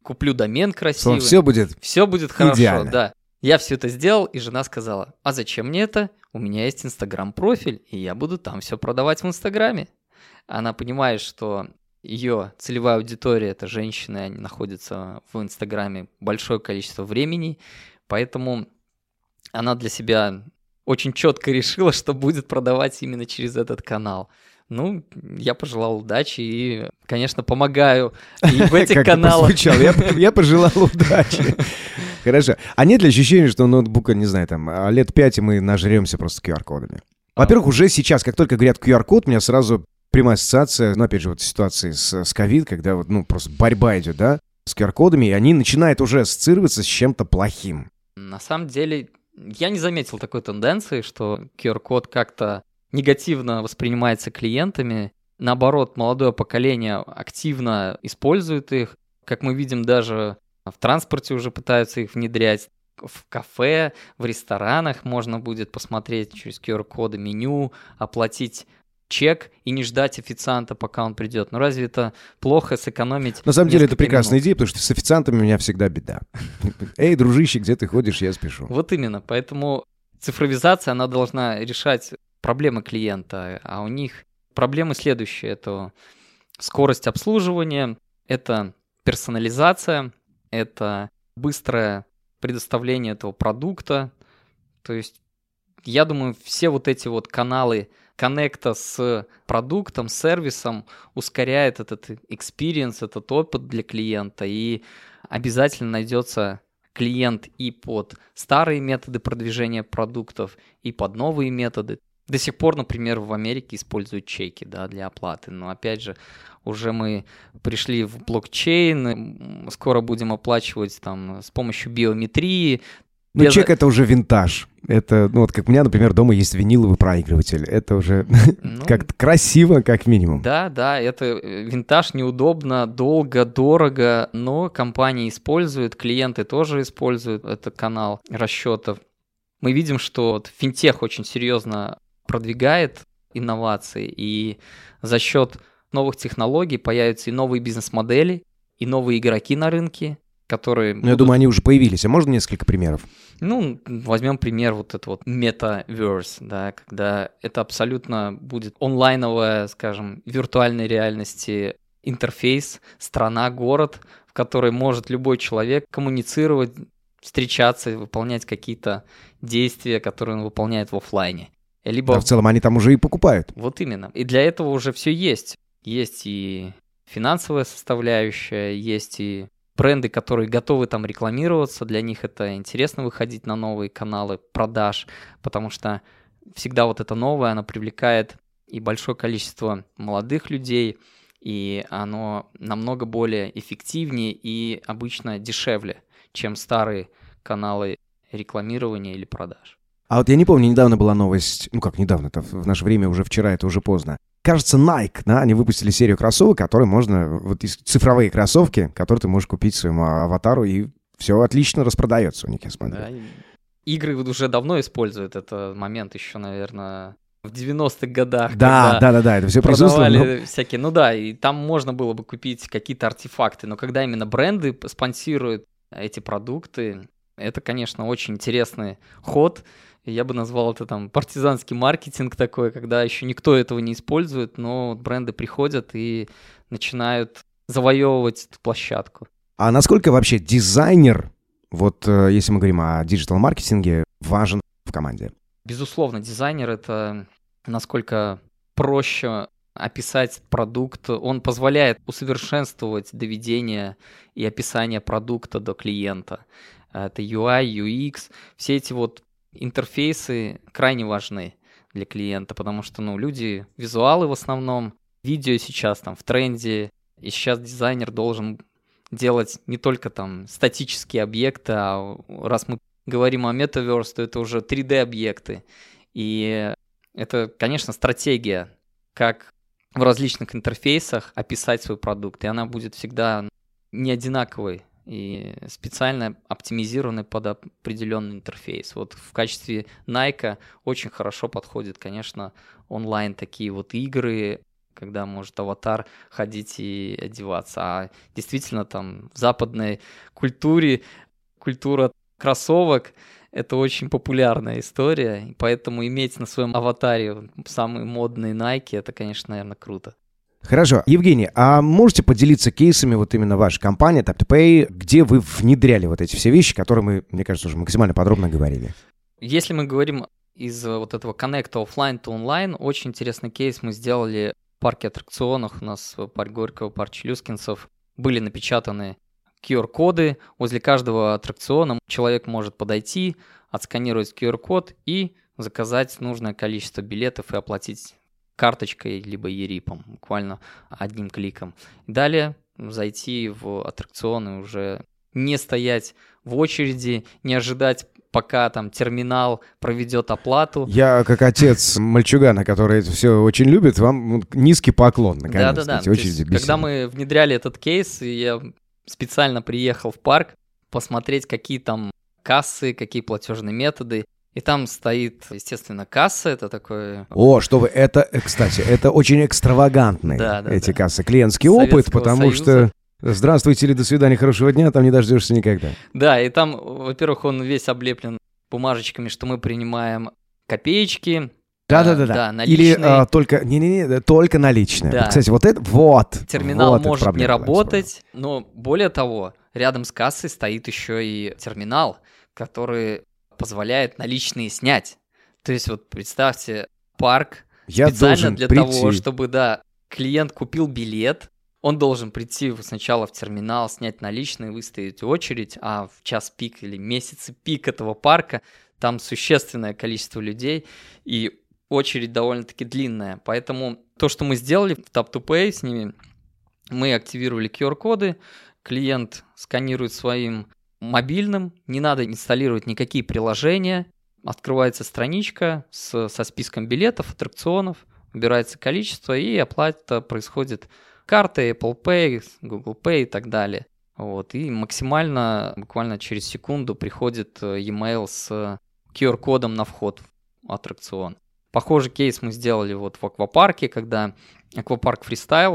куплю домен красивый. Все будет хорошо, идеально. да. Я все это сделал, и жена сказала, а зачем мне это? У меня есть Инстаграм-профиль, и я буду там все продавать в Инстаграме. Она понимает, что ее целевая аудитория – это женщины, они находятся в Инстаграме большое количество времени, поэтому она для себя очень четко решила, что будет продавать именно через этот канал. Ну, я пожелал удачи и, конечно, помогаю и в этих каналах. Я пожелал удачи. Хорошо. А нет ли ощущения, что ноутбука, не знаю, там, лет 5, и мы нажремся просто QR-кодами? Во-первых, уже сейчас, как только говорят QR-код, у меня сразу прямая ассоциация, ну, опять же, вот ситуации с ковид, когда вот, ну, просто борьба идет, да, с QR-кодами, и они начинают уже ассоциироваться с чем-то плохим. На самом деле, я не заметил такой тенденции, что QR-код как-то негативно воспринимается клиентами. Наоборот, молодое поколение активно использует их. Как мы видим, даже в транспорте уже пытаются их внедрять. В кафе, в ресторанах можно будет посмотреть через QR-коды меню, оплатить чек и не ждать официанта, пока он придет. Но разве это плохо сэкономить? На самом деле это прекрасная идея, потому что с официантами у меня всегда беда. Эй, дружище, где ты ходишь, я спешу. Вот именно, поэтому цифровизация, она должна решать проблемы клиента, а у них проблемы следующие. Это скорость обслуживания, это персонализация, это быстрое предоставление этого продукта. То есть, я думаю, все вот эти вот каналы коннекта с продуктом, с сервисом ускоряет этот experience, этот опыт для клиента, и обязательно найдется клиент и под старые методы продвижения продуктов, и под новые методы. До сих пор, например, в Америке используют чеки, да, для оплаты, но опять же, уже мы пришли в блокчейн, скоро будем оплачивать там с помощью биометрии. Ну, чек — это уже винтаж. Это, ну, вот как у меня, например, дома есть виниловый проигрыватель. Это уже как-то красиво, как минимум. Да, это винтаж, неудобно, долго, дорого, но компании используют, клиенты тоже используют этот канал расчетов. Мы видим, что вот финтех очень серьезно продвигает инновации, и за счет новых технологий появятся и новые бизнес-модели, и новые игроки на рынке, которые... Я думаю, они уже появились. А можно несколько примеров? Ну, возьмем пример вот это вот Metaverse, да, когда это абсолютно будет онлайновая, скажем, виртуальной реальности интерфейс, страна, город, в которой может любой человек коммуницировать, встречаться, выполнять какие-то действия, которые он выполняет в офлайне. Либо... Да, в целом они там уже и покупают. Вот именно. И для этого уже все есть. Есть и финансовая составляющая, есть и бренды, которые готовы там рекламироваться, для них это интересно выходить на новые каналы продаж, потому что всегда вот это новое, оно привлекает и большое количество молодых людей, и оно намного более эффективнее и обычно дешевле, чем старые каналы рекламирования или продаж. А вот я не помню, недавно была новость, ну как недавно, это в наше время уже вчера, это уже поздно. Кажется, Nike, да, они выпустили серию кроссовок, которые можно, вот цифровые кроссовки, которые ты можешь купить своему аватару, и все отлично распродается у них, я смотрю. Да, игры уже давно используют этот момент, еще, наверное, в 90-х годах. Да, это все присутствовало. Продавали всякие, ну да, и там можно было бы купить какие-то артефакты, но когда именно бренды спонсируют эти продукты, это, конечно, очень интересный ход. Я бы назвал это там партизанский маркетинг такой, когда еще никто этого не использует, но бренды приходят и начинают завоевывать эту площадку. А насколько вообще дизайнер, вот если мы говорим о диджитал-маркетинге, важен в команде? Безусловно, дизайнер — это насколько проще описать продукт. Он позволяет усовершенствовать доведение и описание продукта до клиента. Это UI, UX, все эти вот интерфейсы крайне важны для клиента, потому что, ну, люди визуалы в основном, видео сейчас там в тренде, и сейчас дизайнер должен делать не только там статические объекты, а раз мы говорим о Metaverse, то это уже 3D-объекты. И это, конечно, стратегия, как в различных интерфейсах описать свой продукт, и она будет всегда не одинаковой и специально оптимизированный под определенный интерфейс. Вот в качестве Nike очень хорошо подходит, конечно, онлайн такие вот игры, когда может аватар ходить и одеваться. А действительно там в западной культура кроссовок — это очень популярная история, и поэтому иметь на своем аватаре самые модные Nike — это, конечно, наверное, круто. Хорошо. Евгений, а можете поделиться кейсами вот именно вашей компании Tap2Pay, где вы внедряли вот эти все вещи, которые мы, мне кажется, уже максимально подробно говорили? Если мы говорим из вот этого коннекта офлайн to онлайн, очень интересный кейс мы сделали в парке аттракционов. У нас в парк Горького, парк Челюскинцев были напечатаны QR-коды. Возле каждого аттракциона человек может подойти, отсканировать QR-код и заказать нужное количество билетов и оплатить карточкой либо ЕРИПом, буквально одним кликом. Далее зайти в аттракцион и уже не стоять в очереди, не ожидать, пока там терминал проведет оплату. Я, как отец мальчугана, который это все очень любит, вам низкий поклон. Наконец-то. Да. Очереди Когда мы внедряли этот кейс, я специально приехал в парк посмотреть, какие там кассы, какие платежные методы. И там стоит, естественно, касса, это такое... Что вы, это, кстати, это очень экстравагантные эти кассы. Клиентский опыт, потому что здравствуйте или до свидания, хорошего дня, там не дождешься никогда. Да, и там, во-первых, он весь облеплен бумажечками, что мы принимаем копеечки. Да, наличные. Или только наличные. Да. Кстати, терминал может не работать, но более того, рядом с кассой стоит еще и терминал, который позволяет наличные снять. То есть вот представьте, парк специально для того, чтобы, клиент купил билет, он должен прийти сначала в терминал, снять наличные, выстоять очередь, а в час пик или месяцы пик этого парка там существенное количество людей, и очередь довольно-таки длинная. Поэтому то, что мы сделали в Tap2Pay с ними, мы активировали QR-коды, клиент сканирует своим мобильным, не надо инсталлировать никакие приложения, открывается страничка со списком билетов, аттракционов, выбирается количество, и оплата происходит картой, Apple Pay, Google Pay и так далее. И максимально, буквально через секунду приходит e-mail с QR-кодом на вход в аттракцион. Похожий кейс мы сделали в аквапарке, когда аквапарк Freestyle,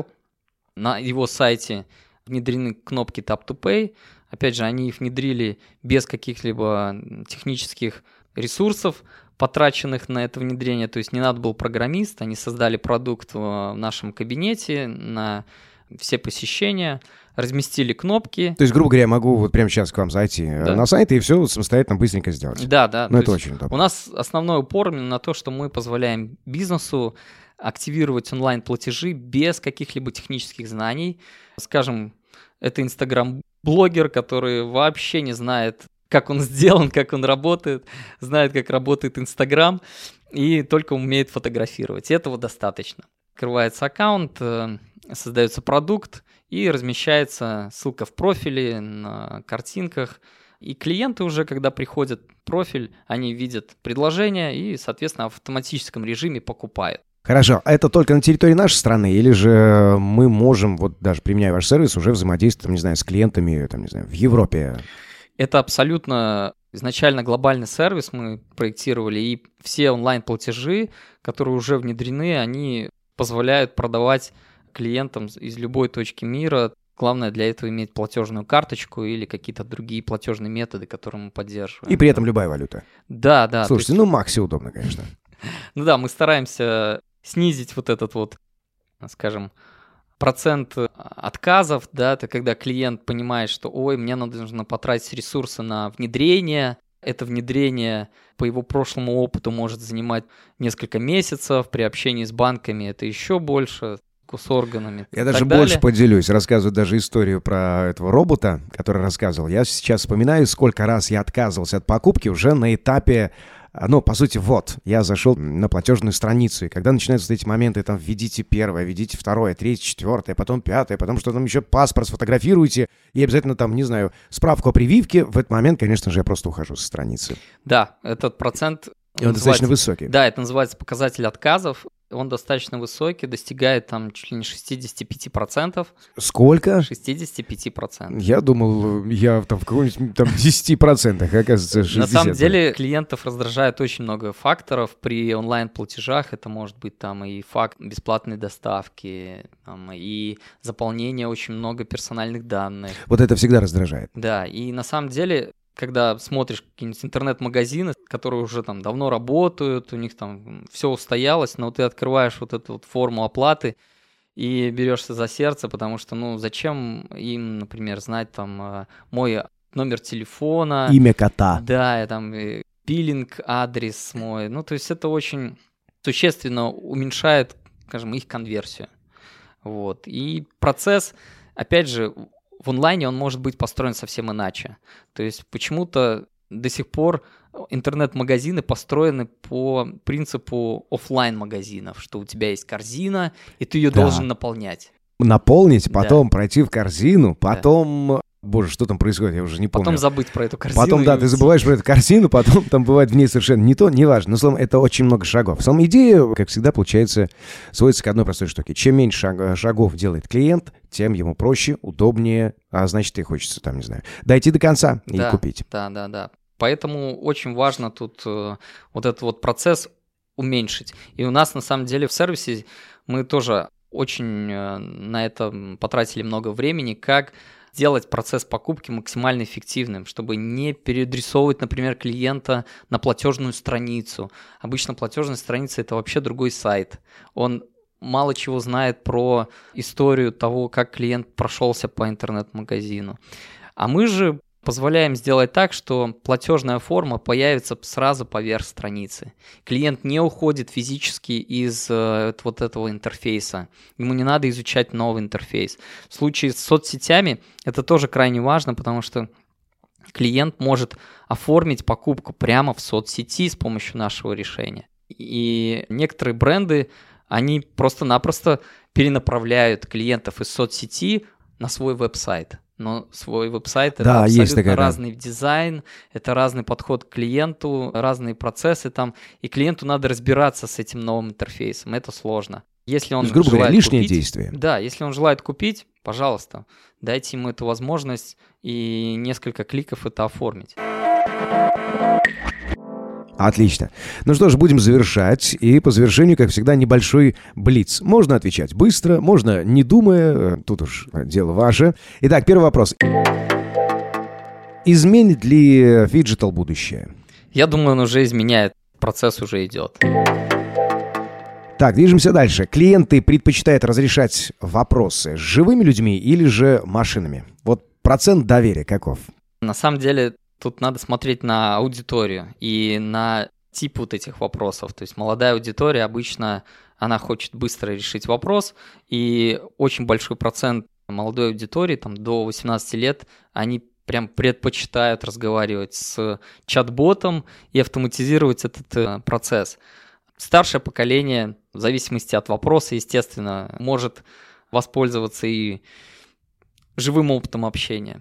на его сайте внедрены кнопки Tap2Pay. Опять же, они их внедрили без каких-либо технических ресурсов, потраченных на это внедрение. То есть не надо был программист, они создали продукт в нашем кабинете на все посещения, разместили кнопки. То есть, грубо говоря, я могу вот прямо сейчас к вам зайти на сайт и все самостоятельно быстренько сделать. Да. Но это очень удобно. У нас основной упор именно на то, что мы позволяем бизнесу активировать онлайн-платежи без каких-либо технических знаний. Скажем, это Инстаграм-блогер, который вообще не знает, как он сделан, как он работает, знает, как работает Инстаграм, и только умеет фотографировать. Этого достаточно. Открывается аккаунт, создается продукт, и размещается ссылка в профиле, на картинках. И клиенты уже, когда приходят в профиль, они видят предложение и, соответственно, в автоматическом режиме покупают. Хорошо, а это только на территории нашей страны, или же мы можем, даже применяя ваш сервис, уже взаимодействовать, с клиентами, в Европе? Это абсолютно изначально глобальный сервис мы проектировали, и все онлайн-платежи, которые уже внедрены, они позволяют продавать клиентам из любой точки мира. Главное для этого иметь платежную карточку или какие-то другие платежные методы, которые мы поддерживаем. И при этом любая валюта. Да. Слушайте, Макси удобно, конечно. Мы стараемся снизить этот скажем, процент отказов, это когда клиент понимает, что мне нужно потратить ресурсы на внедрение. Это внедрение по его прошлому опыту может занимать несколько месяцев, при общении с банками это еще больше, с органами. Я даже больше поделюсь, рассказываю даже историю про этого робота, который рассказывал. Я сейчас вспоминаю, сколько раз я отказывался от покупки уже на этапе. По сути, я зашел на платежную страницу, и когда начинаются эти моменты, введите первое, введите второе, третье, четвертое, потом пятое, потом что там еще паспорт сфотографируйте, и обязательно справку о прививке, в этот момент, конечно же, я просто ухожу со страницы. Да, этот процент... И он достаточно высокий. Да, это называется показатель отказов. Он достаточно высокий, достигает там чуть ли не 65%. Сколько? 65%. Я думал, я там в каком-нибудь там 10%, оказывается, 60%. На самом деле клиентов раздражает очень много факторов при онлайн-платежах. Это может быть там и факт бесплатной доставки, там, и заполнение очень много персональных данных. Вот это всегда раздражает. Да, и на самом деле, когда смотришь какие-нибудь интернет-магазины, которые уже там давно работают, у них там все устоялось, но ты открываешь вот эту вот форму оплаты и берешься за сердце, потому что, ну, зачем им, например, знать там мой номер телефона, имя кота. Да, там биллинг, адрес мой. Ну, то есть это очень существенно уменьшает, скажем, их конверсию. Вот. И процесс, опять же, в онлайне он может быть построен совсем иначе. То есть почему-то до сих пор интернет-магазины построены по принципу офлайн-магазинов, что у тебя есть корзина, и ты ее должен наполнять. Наполнить, потом пройти в корзину, потом... Боже, что там происходит, я уже не помню. Потом забыть про эту корзину. Потом, да, ты забываешь про эту корзину, потом там бывает в ней совершенно не то, неважно. Но, словом, это очень много шагов. Сама идея, как всегда, получается, сводится к одной простой штуке. Чем меньше шагов делает клиент, тем ему проще, удобнее, а значит, и хочется, там, не знаю, дойти до конца и купить. Да. Поэтому очень важно тут вот этот вот процесс уменьшить. И у нас, на самом деле, в сервисе мы тоже очень на это потратили много времени, как сделать процесс покупки максимально эффективным, чтобы не переадресовывать, например, клиента на платежную страницу. Обычно платежная страница – это вообще другой сайт. Он мало чего знает про историю того, как клиент прошелся по интернет-магазину. А мы же позволяем сделать так, что платежная форма появится сразу поверх страницы. Клиент не уходит физически из вот этого интерфейса. Ему не надо изучать новый интерфейс. В случае с соцсетями это тоже крайне важно, потому что клиент может оформить покупку прямо в соцсети с помощью нашего решения. И некоторые бренды, они просто-напросто перенаправляют клиентов из соцсети на свой веб-сайт. Но свой веб-сайт — это абсолютно разный дизайн, это разный подход к клиенту, разные процессы там, и клиенту надо разбираться с этим новым интерфейсом, это сложно. Если он грубо говоря, лишнее купить, действие. Да, если он желает купить, пожалуйста, дайте ему эту возможность и несколько кликов это оформить. Отлично. Ну что ж, будем завершать. И по завершению, как всегда, небольшой блиц. Можно отвечать быстро, можно не думая. Тут уж дело ваше. Итак, первый вопрос. Изменит ли фиджитал будущее? Я думаю, он уже изменяет. Процесс уже идет. Так, движемся дальше. Клиенты предпочитают разрешать вопросы с живыми людьми или же машинами? Вот процент доверия каков? На самом деле... Тут надо смотреть на аудиторию и на тип вот этих вопросов. То есть молодая аудитория обычно, она хочет быстро решить вопрос, и очень большой процент молодой аудитории, там до 18 лет, они прям предпочитают разговаривать с чат-ботом и автоматизировать этот процесс. Старшее поколение, в зависимости от вопроса, естественно, может воспользоваться и живым опытом общения.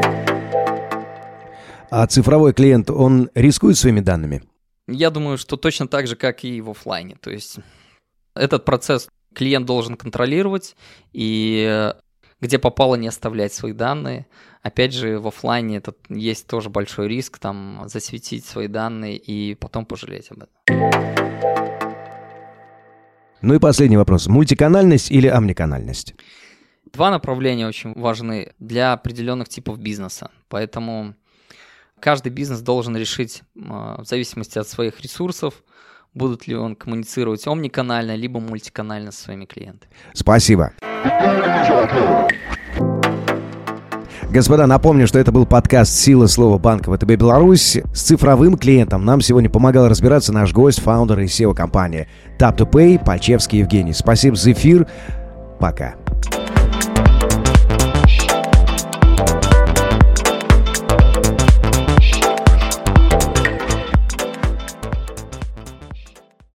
А цифровой клиент, он рискует своими данными? Я думаю, что точно так же, как и в офлайне. То есть этот процесс клиент должен контролировать и где попало не оставлять свои данные. Опять же, в офлайне это есть тоже большой риск, там засветить свои данные и потом пожалеть об этом. Ну и последний вопрос. Мультиканальность или омниканальность? Два направления очень важны для определенных типов бизнеса. Поэтому каждый бизнес должен решить, в зависимости от своих ресурсов, будут ли он коммуницировать омниканально, либо мультиканально со своими клиентами. Спасибо. Господа, напомню, что это был подкаст «Сила слова Банка ВТБ Беларусь». С цифровым клиентом нам сегодня помогал разбираться наш гость, фаундер и SEO компании Tap2Pay Пальчевский Евгений. Спасибо за эфир. Пока.